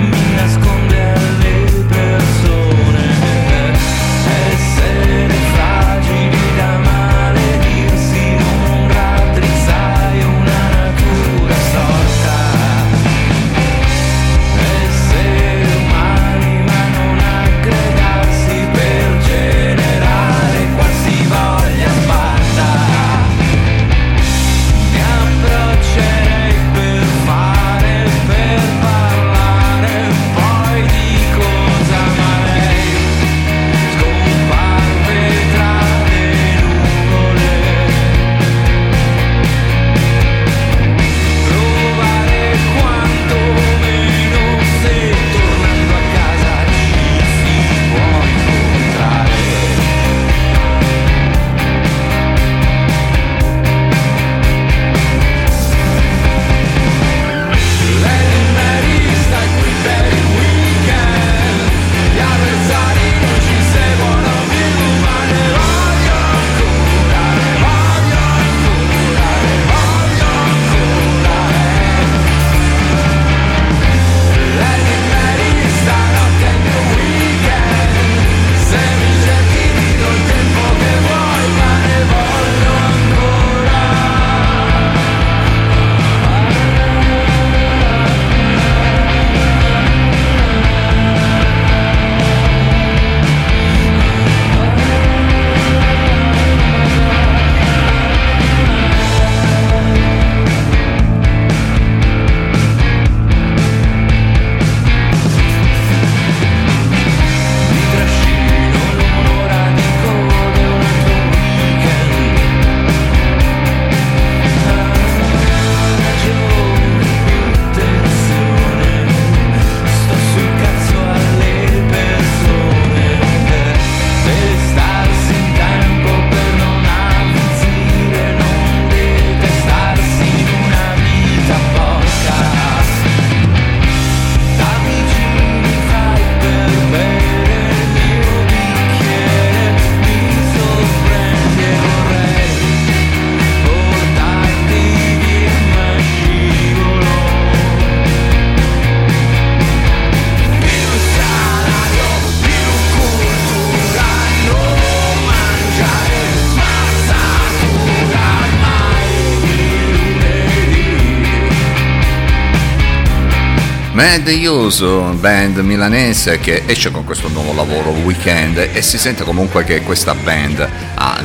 Mad Use, band milanese che esce con questo nuovo lavoro Weekend, e si sente comunque che questa band ha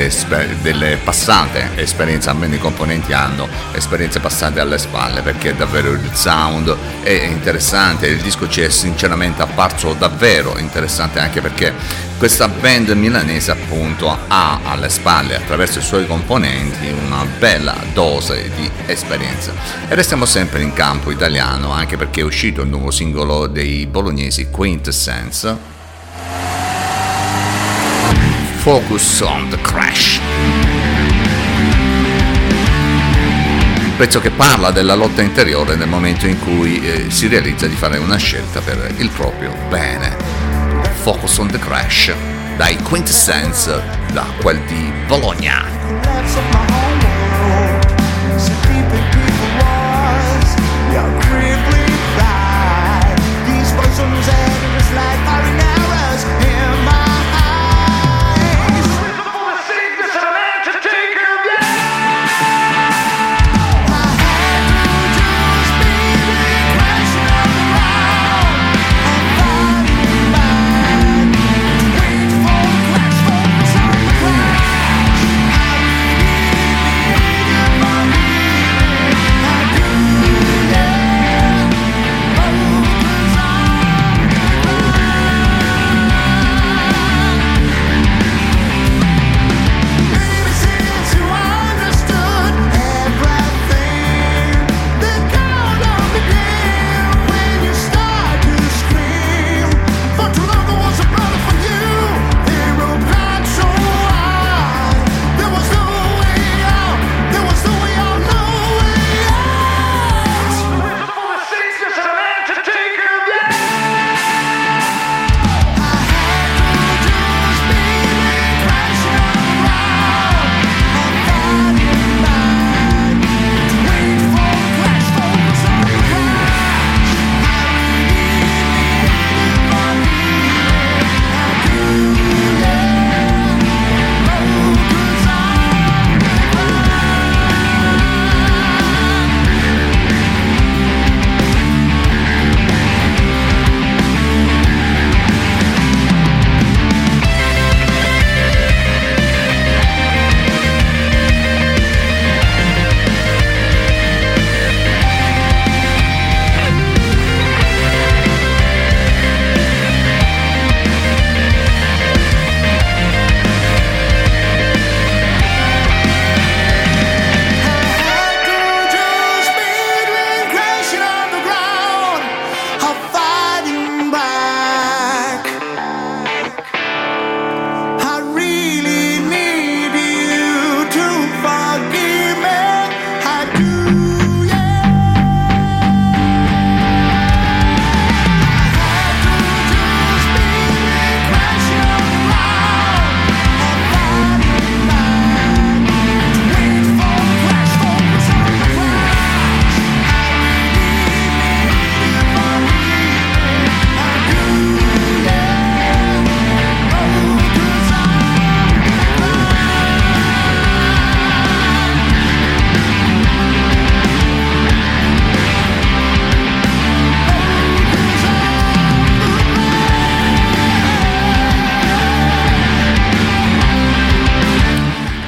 delle passate esperienze, almeno i componenti hanno esperienze passate alle spalle, perché davvero il sound è interessante, il disco ci è sinceramente apparso davvero interessante, anche perché questa band milanese appunto ha alle spalle, attraverso i suoi componenti, una bella dose di esperienza. E restiamo sempre in campo italiano, anche perché è uscito il nuovo singolo dei bolognesi Quintessence, Focus on the Crash. Un pezzo che parla della lotta interiore nel momento in cui si realizza di fare una scelta per il proprio bene. Focus on the Crash dai Quintessence, da quel di Bologna.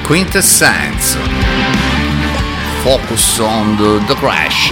Quintessence, Focus on the Crash.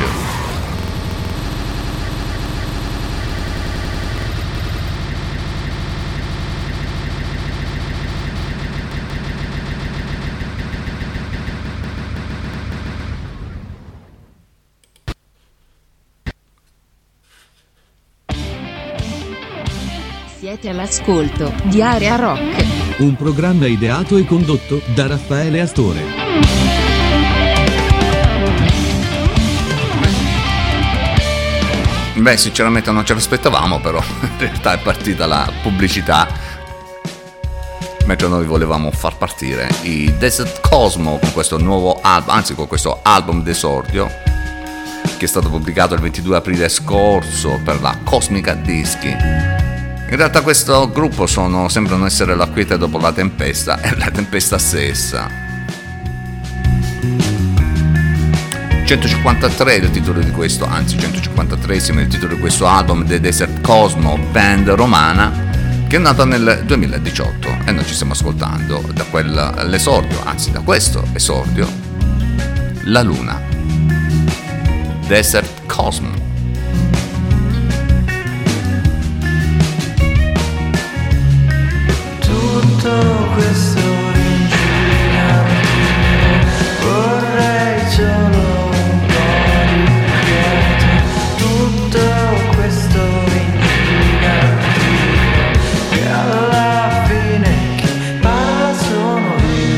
Siete all'ascolto di Area Rock. Un programma ideato e condotto da Raffaele Astore. Beh, sinceramente non ce l'aspettavamo, però in realtà è partita la pubblicità mentre noi volevamo far partire i Desert Cosmo con questo nuovo album, anzi con questo album d'esordio che è stato pubblicato il 22 aprile scorso per la Cosmica Dischi. In realtà questo gruppo sembrano essere la quiete dopo la tempesta, è la tempesta stessa. 153 è il titolo di questo, anzi 153esimo è il titolo di questo album The Desert Cosmo, band romana, che è nata nel 2018 e noi ci stiamo ascoltando da quell'esordio, anzi da questo esordio, La Luna, Desert Cosmo. Tutto questo inginocchiare, vorrei solo un po' di quiete. Tutto questo inginocchiare, e alla fine chi parla sono io.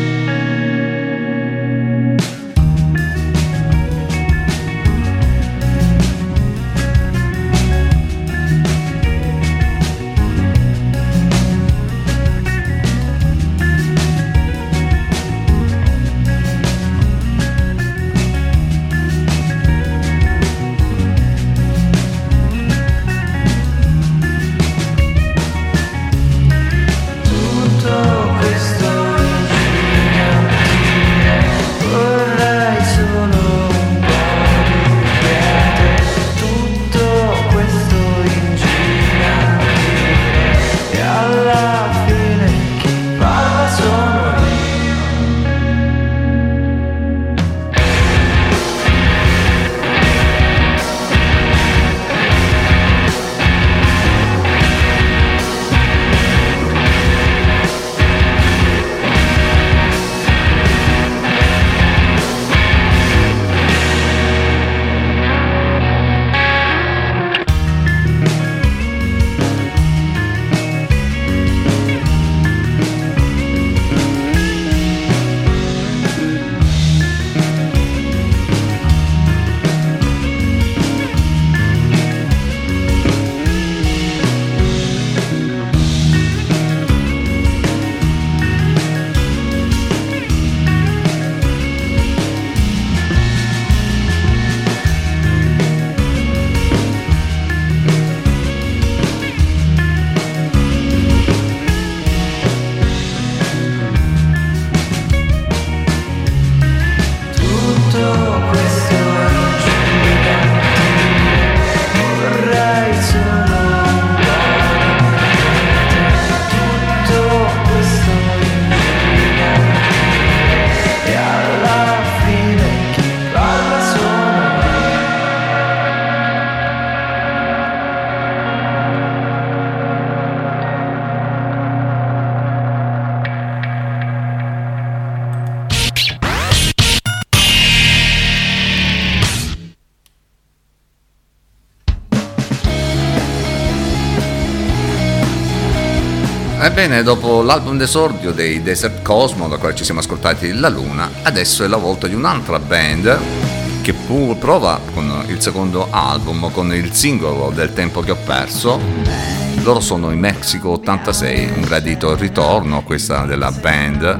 Ebbene, dopo l'album d'esordio dei Desert Cosmo, da quale ci siamo ascoltati La Luna, adesso è la volta di un'altra band che prova con il secondo album, con il singolo Del tempo che ho perso. Loro sono i Mexico 86, un gradito ritorno questa della band,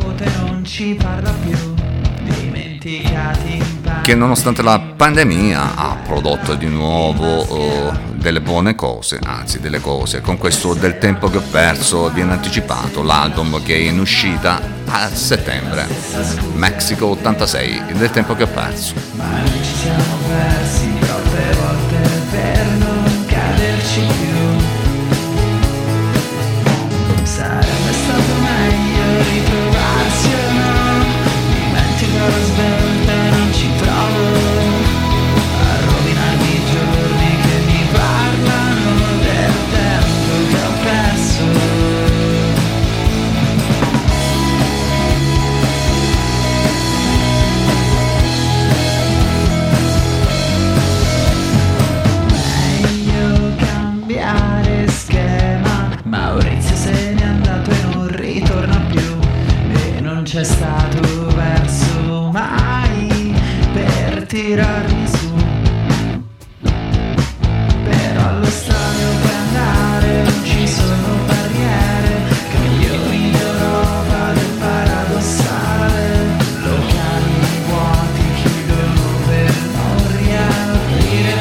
che nonostante la pandemia ha prodotto di nuovo delle buone cose, anzi delle cose. Con questo Del tempo che ho perso viene anticipato l'album che è in uscita a settembre, Mexico 86, Del tempo che ho perso. Ma noi ci siamo persi troppe volte per non caderci più. Sarebbe stato meglio ritrovarsi o no? tirarmi su. Però allo stadio puoi andare, non ci sono barriere, campioni d'Europa del paradossale, locali vuoti chiudono per non riaprire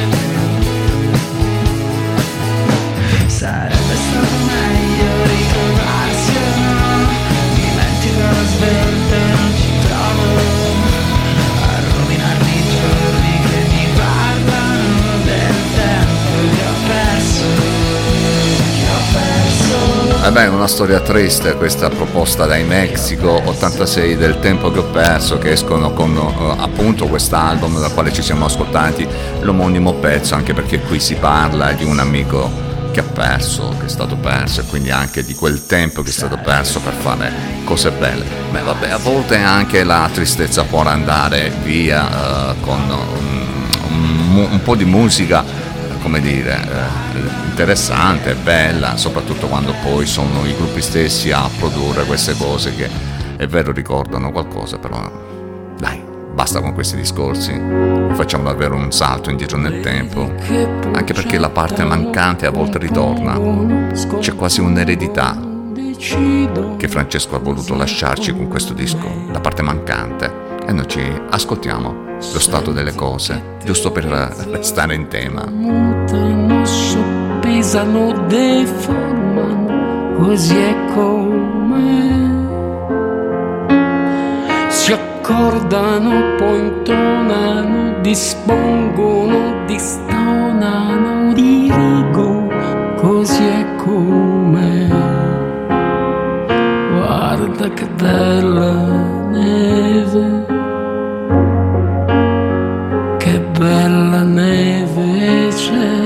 più. Sarebbe stato meglio ritrovarsi o no, dimentico la svelta, non ci trovo a rovinarmi i giorni che mi parlano del tempo che ho perso, che ho perso. Vabbè, una storia triste questa proposta dai Mexico 86 del tempo che ho perso, che escono con appunto quest'album dal quale ci siamo ascoltati l'omonimo pezzo, anche perché qui si parla di un amico che ha perso, che è stato perso, e quindi anche di quel tempo che è stato perso per fare cose belle. Beh, vabbè, a volte anche la tristezza può andare via con un po' di musica, come dire, interessante, bella, soprattutto quando poi sono i gruppi stessi a produrre queste cose che è vero ricordano qualcosa, però dai, basta con questi discorsi, facciamo davvero un salto indietro nel tempo, anche perché la parte mancante a volte ritorna, c'è quasi un'eredità che Francesco ha voluto lasciarci con questo disco, la parte mancante, e noi ci ascoltiamo lo stato delle cose, giusto per restare in tema. Mutano, soppesano, deformano, così è come si accordano, poi intonano, dispongono, distonano, dirigo, così è come. Guarda che bella neve, che bella neve c'è.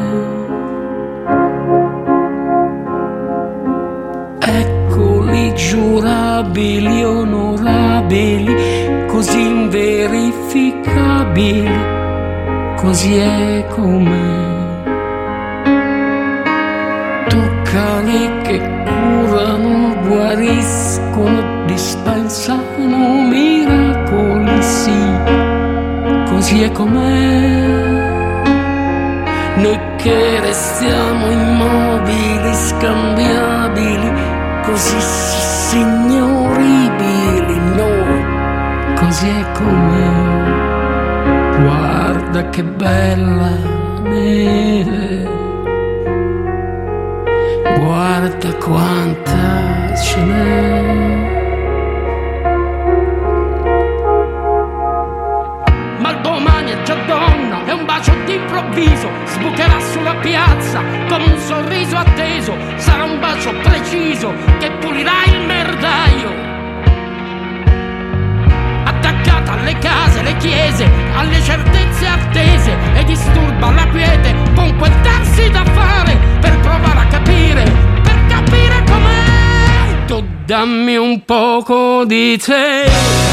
Eccoli giurabili, onorabili, così inverificabili, così è com'è. Toccali che curano, guariscono, dispensano miracoli, sì, così è com'è. Noi che restiamo immobili, scambiabili, così signoribili, noi, così è com'è. Guarda che bella neve, guarda quanta ce n'è. Ma domani è già donna e un bacio d'improvviso sbucherà sulla piazza come un sorriso atteso. Sarà un bacio preciso che pulirà il merdaio. Attaccata alle case, alle chiese, alle certezze attese, e disturba la quiete con quel darsi da fare per provare a capire, per capire com'è. Tu dammi un poco di te,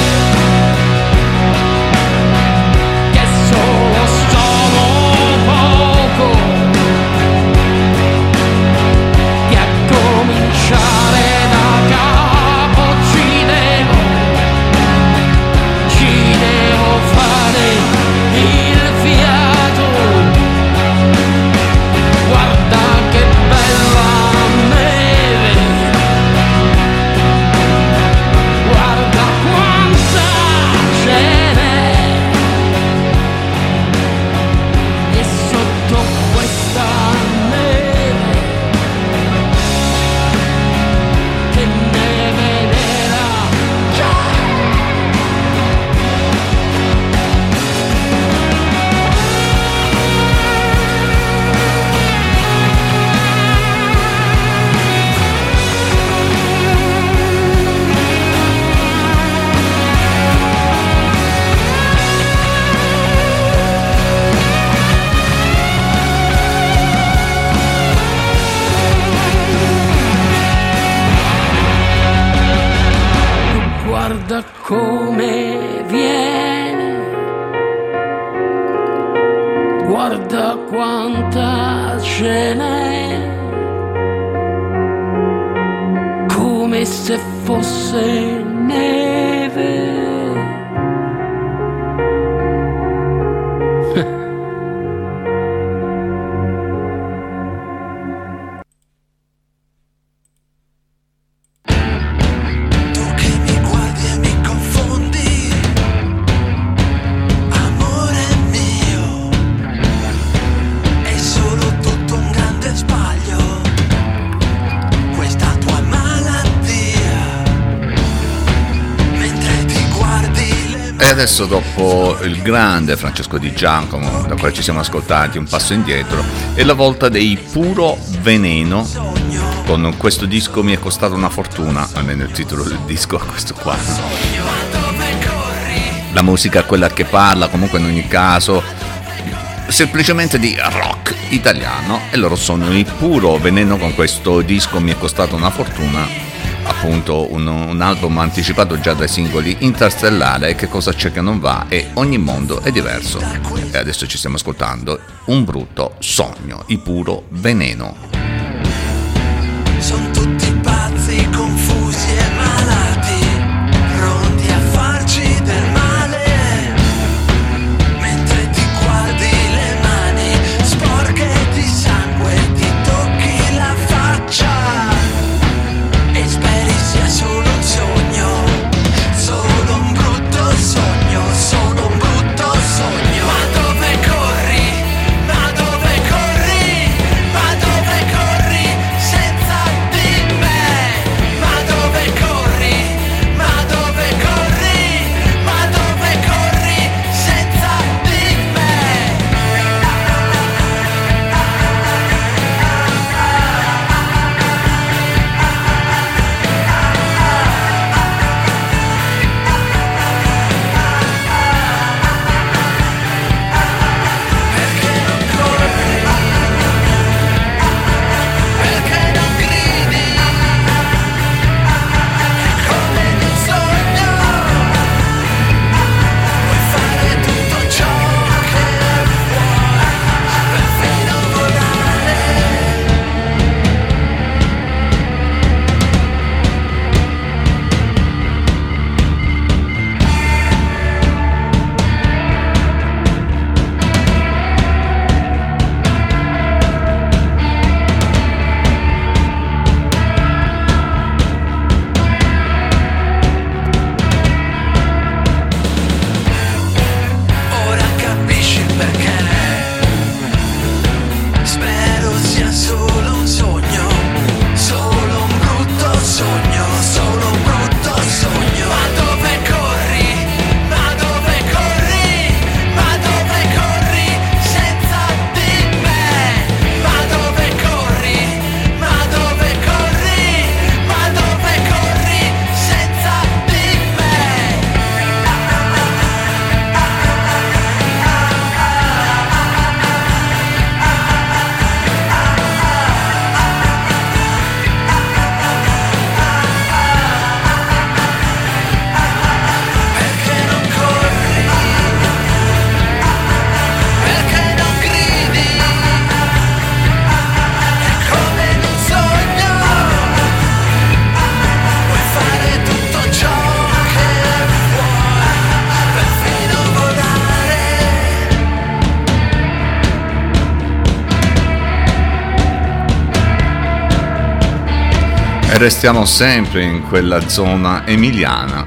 guarda come viene, guarda quanta ce n'è, come se fosse neve, E adesso, dopo il grande Francesco Di Giacomo, da quale ci siamo ascoltati un passo indietro, è la volta dei Puro Veneno. Con questo disco mi è costato una fortuna, almeno il titolo del disco è questo qua. La musica è quella che parla, comunque in ogni caso, semplicemente di rock italiano, e loro sono i Puro Veneno con questo disco mi è costato una fortuna. Appunto un album anticipato già dai singoli Interstellare, Che cosa c'è che non va e Ogni mondo è diverso. E adesso ci stiamo ascoltando Un brutto sogno, i Puro Veneno. Sono tutti pazzi, confusi e malati, pronti a farci del male, mentre ti guardi le mani sporche di sangue, ti tocchi la faccia. Speri sia solo un sogno, solo un brutto sogno, solo un brutto sogno. Ma dove corri? Ma dove corri? Ma dove corri senza di me? Ma dove corri? Ma dove corri? Ma dove corri senza di me? Ora capisci il perché. Spero sia solo un sogno, solo un brutto sogno, solo un brutto sogno. Ma dove corri? Ma dove corri? Ma dove corri senza di me? Ma dove corri? Ma dove corri? Ma dove corri senza di me? Perché non corri? Perché non gridi? È come in un sogno. Puoi fare tutto ciò che vuoi, perfino volare. E restiamo sempre in quella zona emiliana,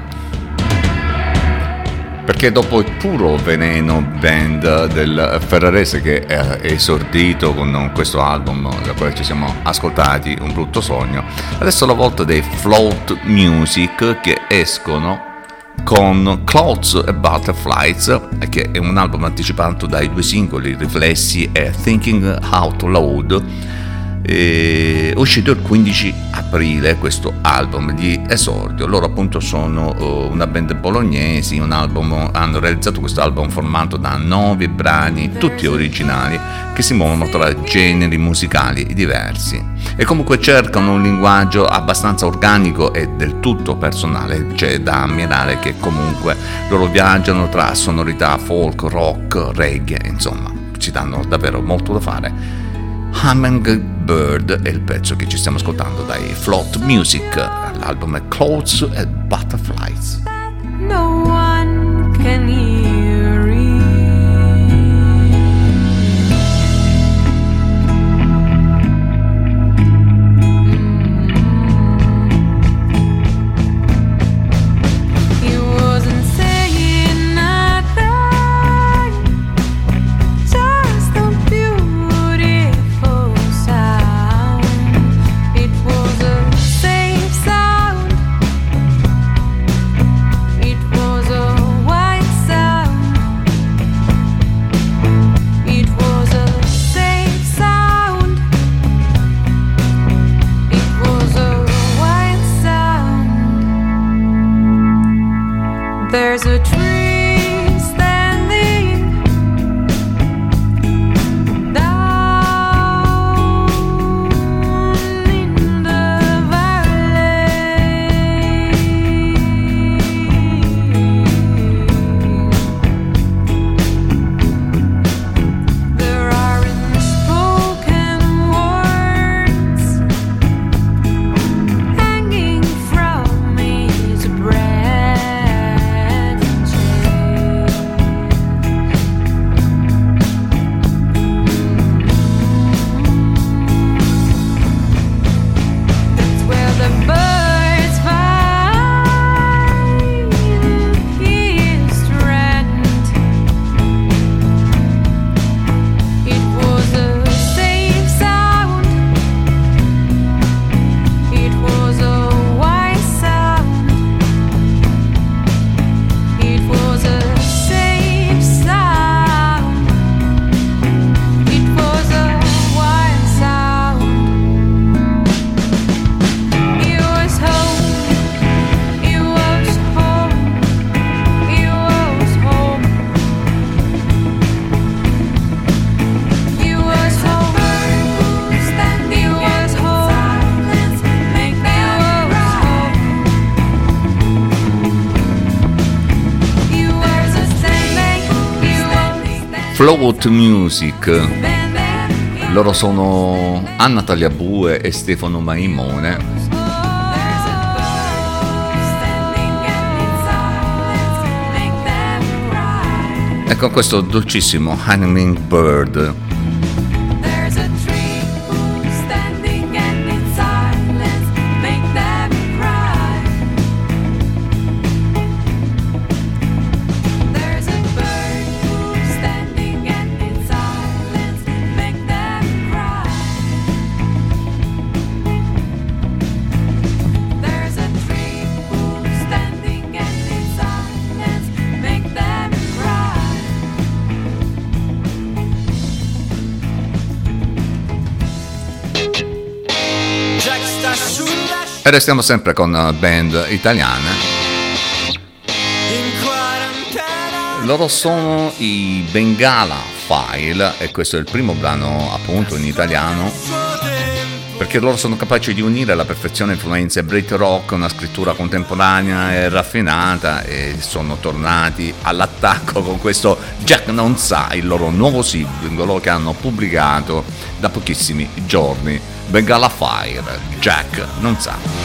perché dopo il Puro Veneno, band del ferrarese che è esordito con questo album da quale ci siamo ascoltati, Un brutto sogno, adesso è la volta dei Float Music, che escono con Clouds e Butterflies, che è un album anticipato dai due singoli Riflessi e Thinking Out Loud. È uscito il 15 aprile questo album di esordio. Loro appunto sono una band bolognesi, hanno realizzato questo album formato da 9 brani tutti originali che si muovono tra generi musicali diversi e comunque cercano un linguaggio abbastanza organico e del tutto personale. C'è da ammirare che comunque loro viaggiano tra sonorità folk, rock, reggae, insomma ci danno davvero molto da fare. Hummingbird è il pezzo che ci stiamo ascoltando dai Float Music, l'album è Clouds and Butterflies. No one can hear it. He wasn't saying nothing, just a beautiful sound. It was a safe sound. It was a white Float Music. Loro sono Anna Tagliabue e Stefano Maimone. E con questo dolcissimo Hummingbird. E restiamo sempre con band italiane. Loro sono i Bengala File e questo è il primo brano appunto in italiano, perché loro sono capaci di unire alla perfezione influenze Brit rock, una scrittura contemporanea e raffinata, e sono tornati all'attacco con questo Jack Non Sa, il loro nuovo singolo che hanno pubblicato da pochissimi giorni. Bengala Fire, Jack Non Sa.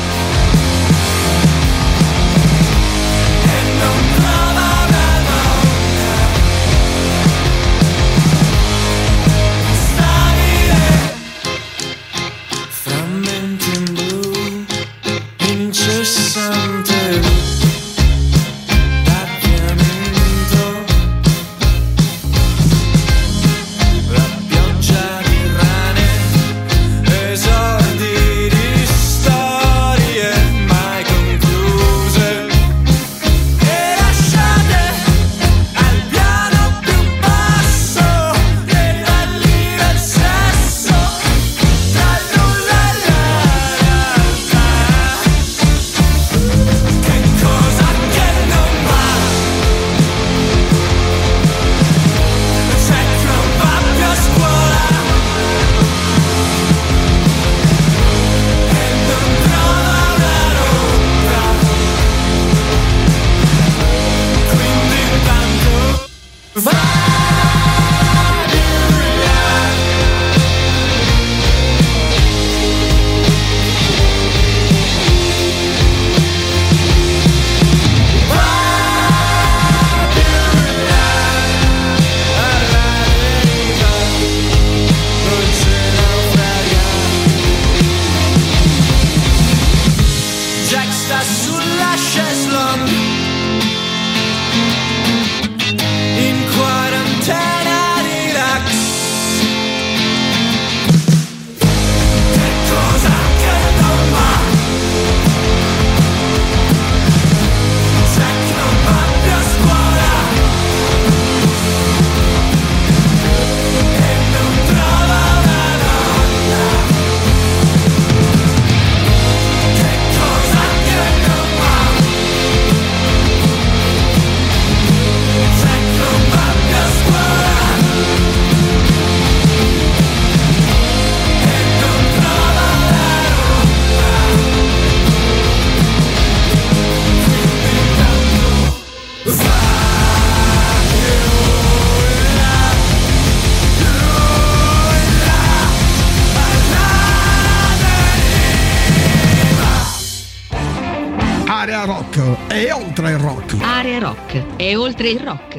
Area rock e oltre il rock. Area rock e oltre il rock.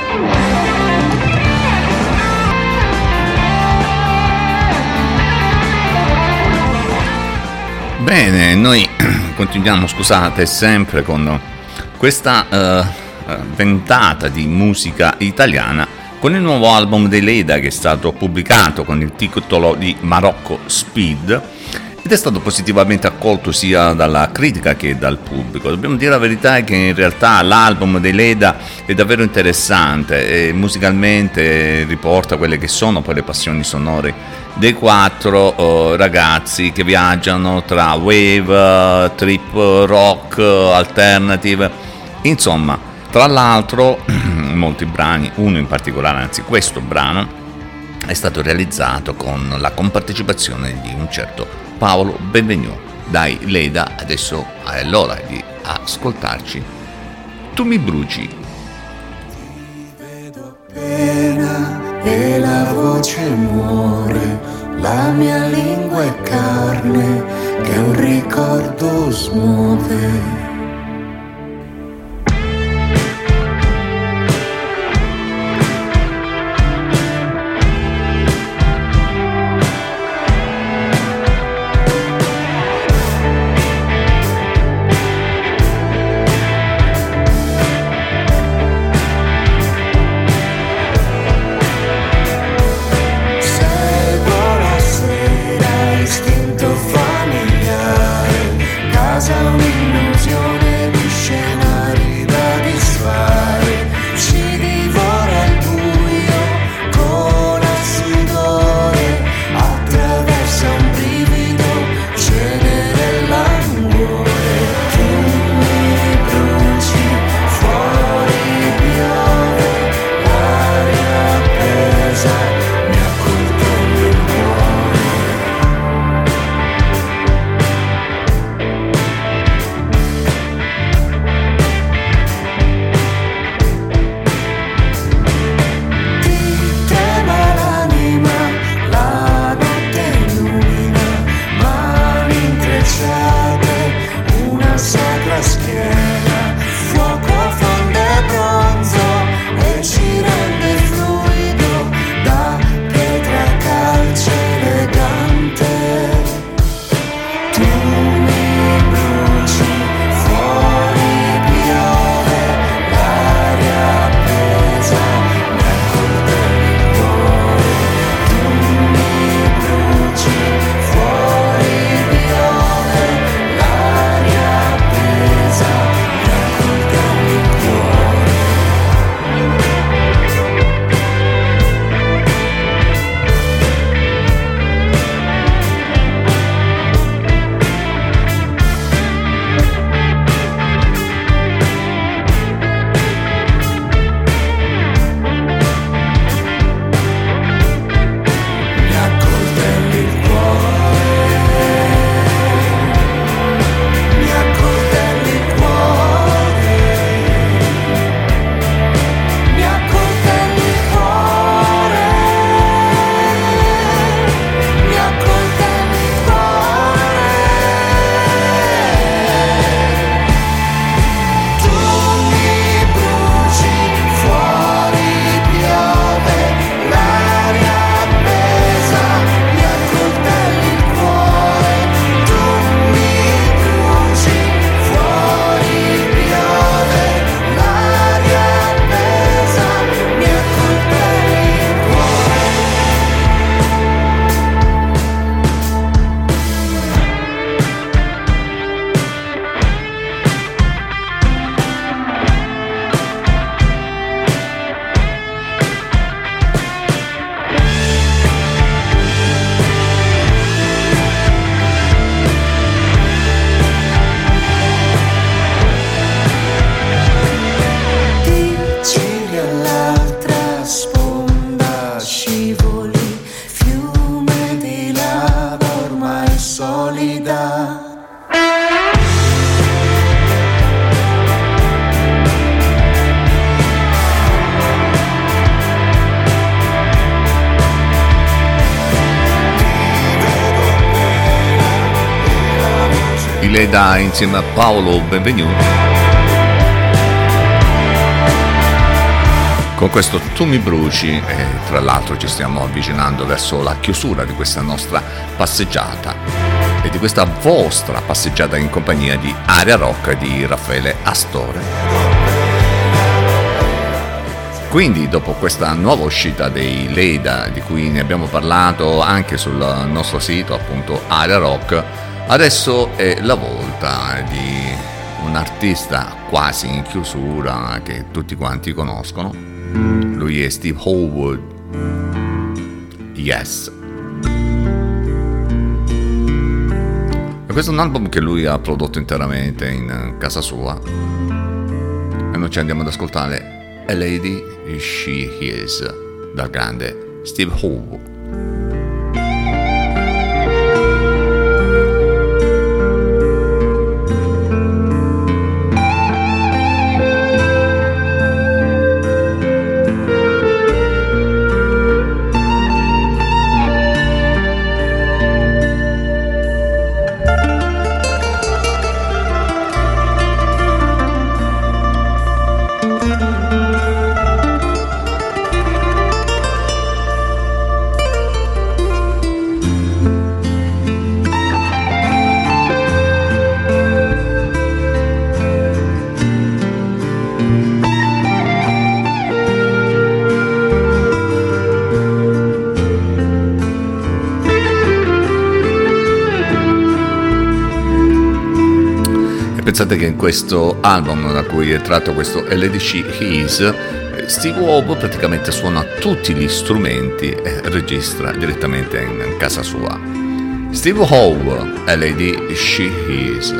Bene, noi continuiamo, scusate, sempre con questa ventata di musica italiana con il nuovo album dei Leda, che è stato pubblicato con il titolo di Marocco Speed ed è stato positivamente accolto sia dalla critica che dal pubblico. Dobbiamo dire la verità è che in realtà l'album dei Leda è davvero interessante e musicalmente riporta quelle che sono poi le passioni sonore dei quattro ragazzi che viaggiano tra wave, trip rock, alternative, insomma. Tra l'altro molti brani, uno in particolare, anzi questo brano è stato realizzato con la compartecipazione di un certo Paolo Benvenu. Dai Leda, adesso è l'ora di ascoltarci Tu mi bruci. Ti vedo appena e la voce muore, la mia lingua è carne che un ricordo smuove. Leda insieme a Paolo Benvenuti con questo Tu mi bruci, e tra l'altro ci stiamo avvicinando verso la chiusura di questa nostra passeggiata e di questa vostra passeggiata in compagnia di Aria Rock di Raffaele Astore. Quindi dopo questa nuova uscita dei Leda, di cui ne abbiamo parlato anche sul nostro sito appunto Aria Rock, adesso è la volta di un artista quasi in chiusura che tutti quanti conoscono. Lui è Steve Howard. Yes. E questo è un album che lui ha prodotto interamente in casa sua. E noi ci andiamo ad ascoltare A Lady She Is dal grande Steve Howard. Pensate che in questo album da cui è tratto questo LDC His, Steve Howe praticamente suona tutti gli strumenti e registra direttamente in casa sua. Steve Howe, LDC His.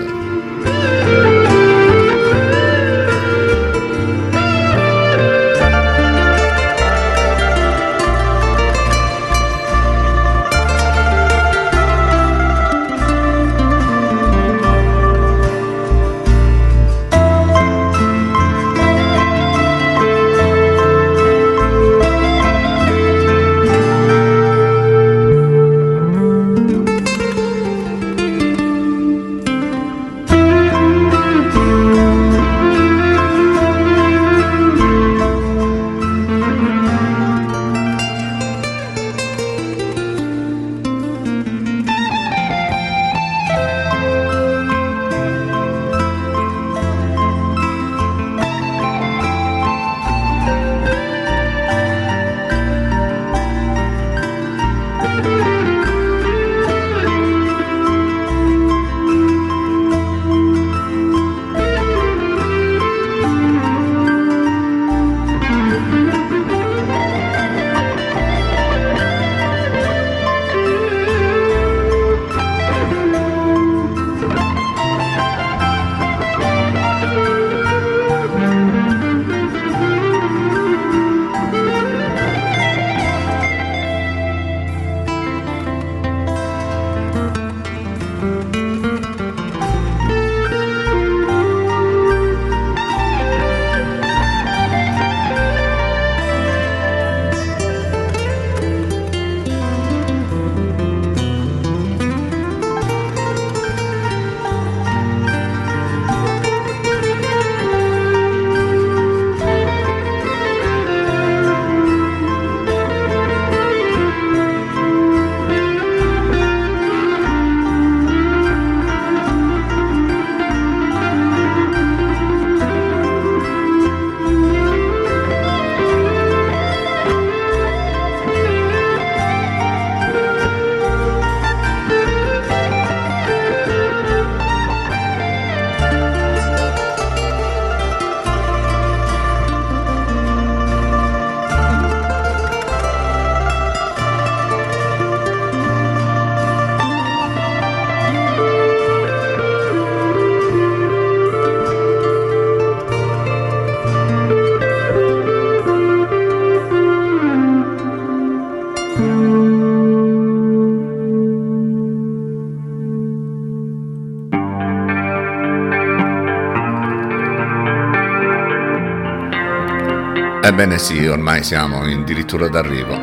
Ebbene sì, ormai siamo addirittura d'arrivo.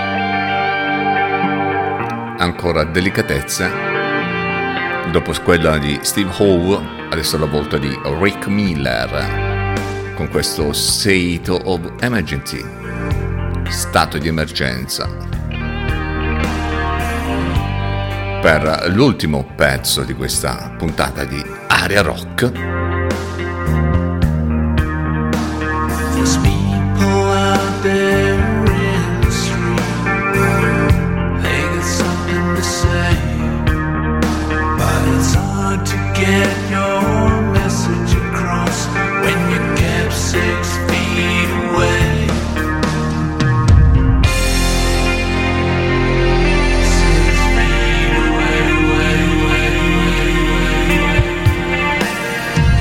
Ancora delicatezze. Dopo quella di Steve Howe, adesso è la volta di Rick Miller con questo State of Emergency, stato di emergenza, per l'ultimo pezzo di questa puntata di Aria Rock. There in the street, they got something to say, but it's hard to get your message across when you're kept 6 feet away. 6 feet away, away, away, away, away.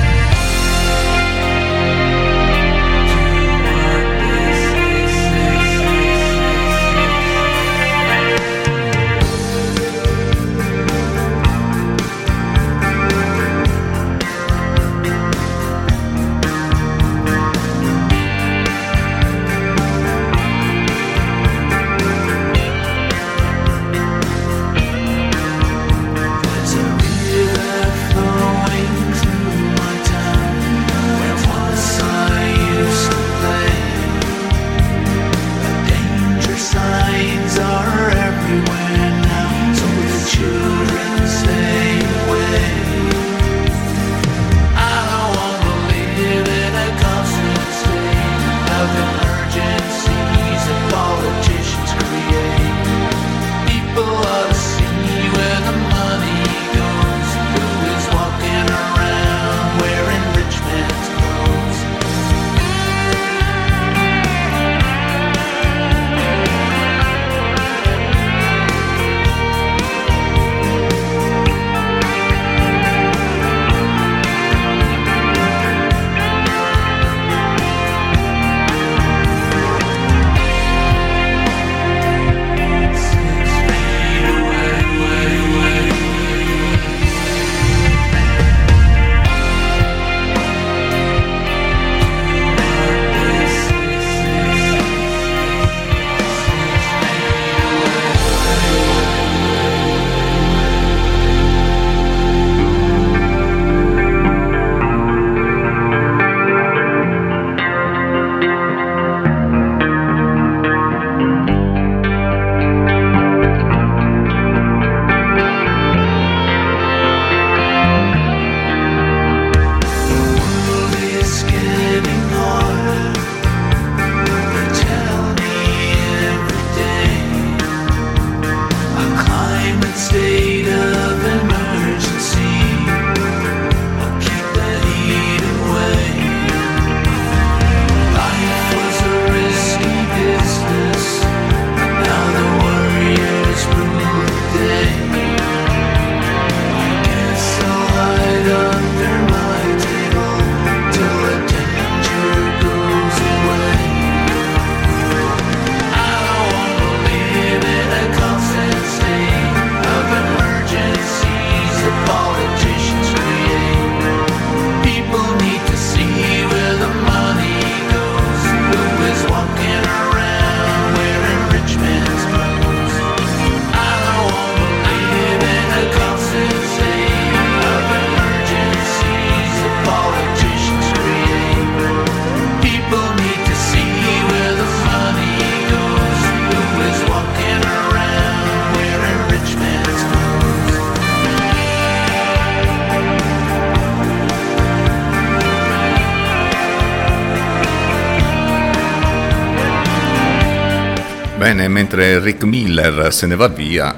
Bene, mentre Rick Miller se ne va via,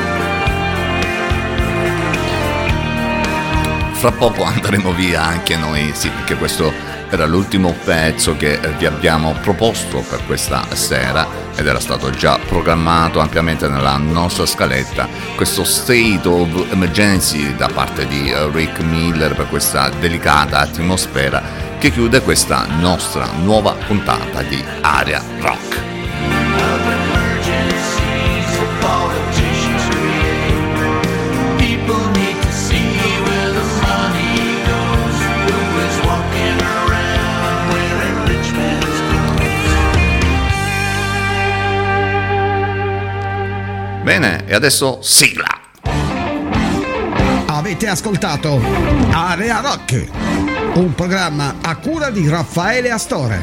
fra poco andremo via anche noi, sì, perché questo era l'ultimo pezzo che vi abbiamo proposto per questa sera ed era stato già programmato ampiamente nella nostra scaletta, questo State of Emergency da parte di Rick Miller per questa delicata atmosfera che chiude questa nostra nuova puntata di Area Rock. Bene, e adesso sigla! Avete ascoltato Area Rock, un programma a cura di Raffaele Astore.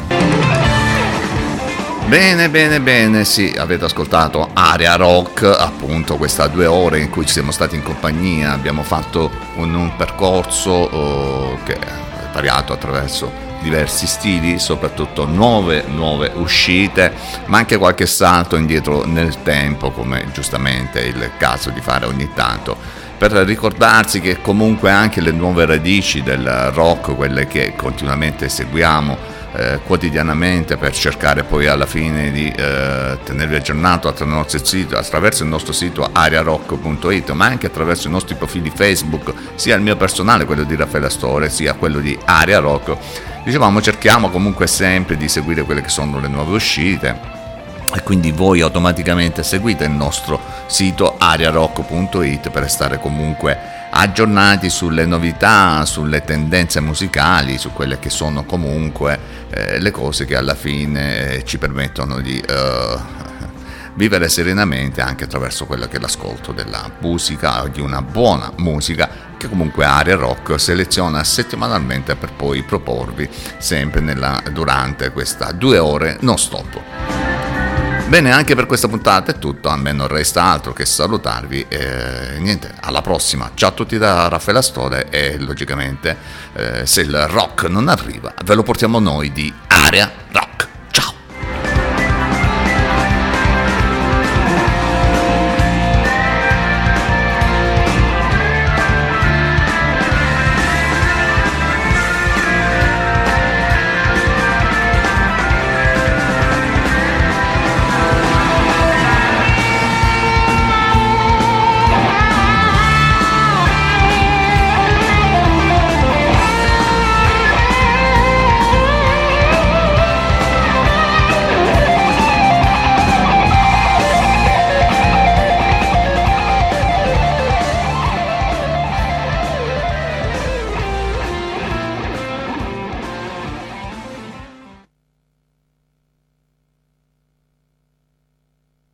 Bene, sì, avete ascoltato Area Rock, appunto questa 2 ore in cui ci siamo stati in compagnia, abbiamo fatto un percorso che è variato attraverso diversi stili, soprattutto nuove uscite, ma anche qualche salto indietro nel tempo, come giustamente è il caso di fare ogni tanto, per ricordarsi che comunque anche le nuove radici del rock, quelle che continuamente seguiamo quotidianamente per cercare poi alla fine di tenervi aggiornato attraverso il nostro sito arearock.it, ma anche attraverso i nostri profili Facebook, sia il mio personale, quello di Raffaele Astore, sia quello di Area Rock. Dicevamo, cerchiamo comunque sempre di seguire quelle che sono le nuove uscite e quindi voi automaticamente seguite il nostro sito arearock.it per restare comunque aggiornati sulle novità, sulle tendenze musicali, su quelle che sono comunque le cose che alla fine ci permettono di vivere serenamente anche attraverso quello che è l'ascolto della musica, di una buona musica che comunque Area Rock seleziona settimanalmente per poi proporvi sempre durante questa 2 ore non stop. Bene, anche per questa puntata è tutto, a me non resta altro che salutarvi e niente, alla prossima, ciao a tutti da Raffaele Astore e logicamente se il rock non arriva ve lo portiamo noi di Area Rock.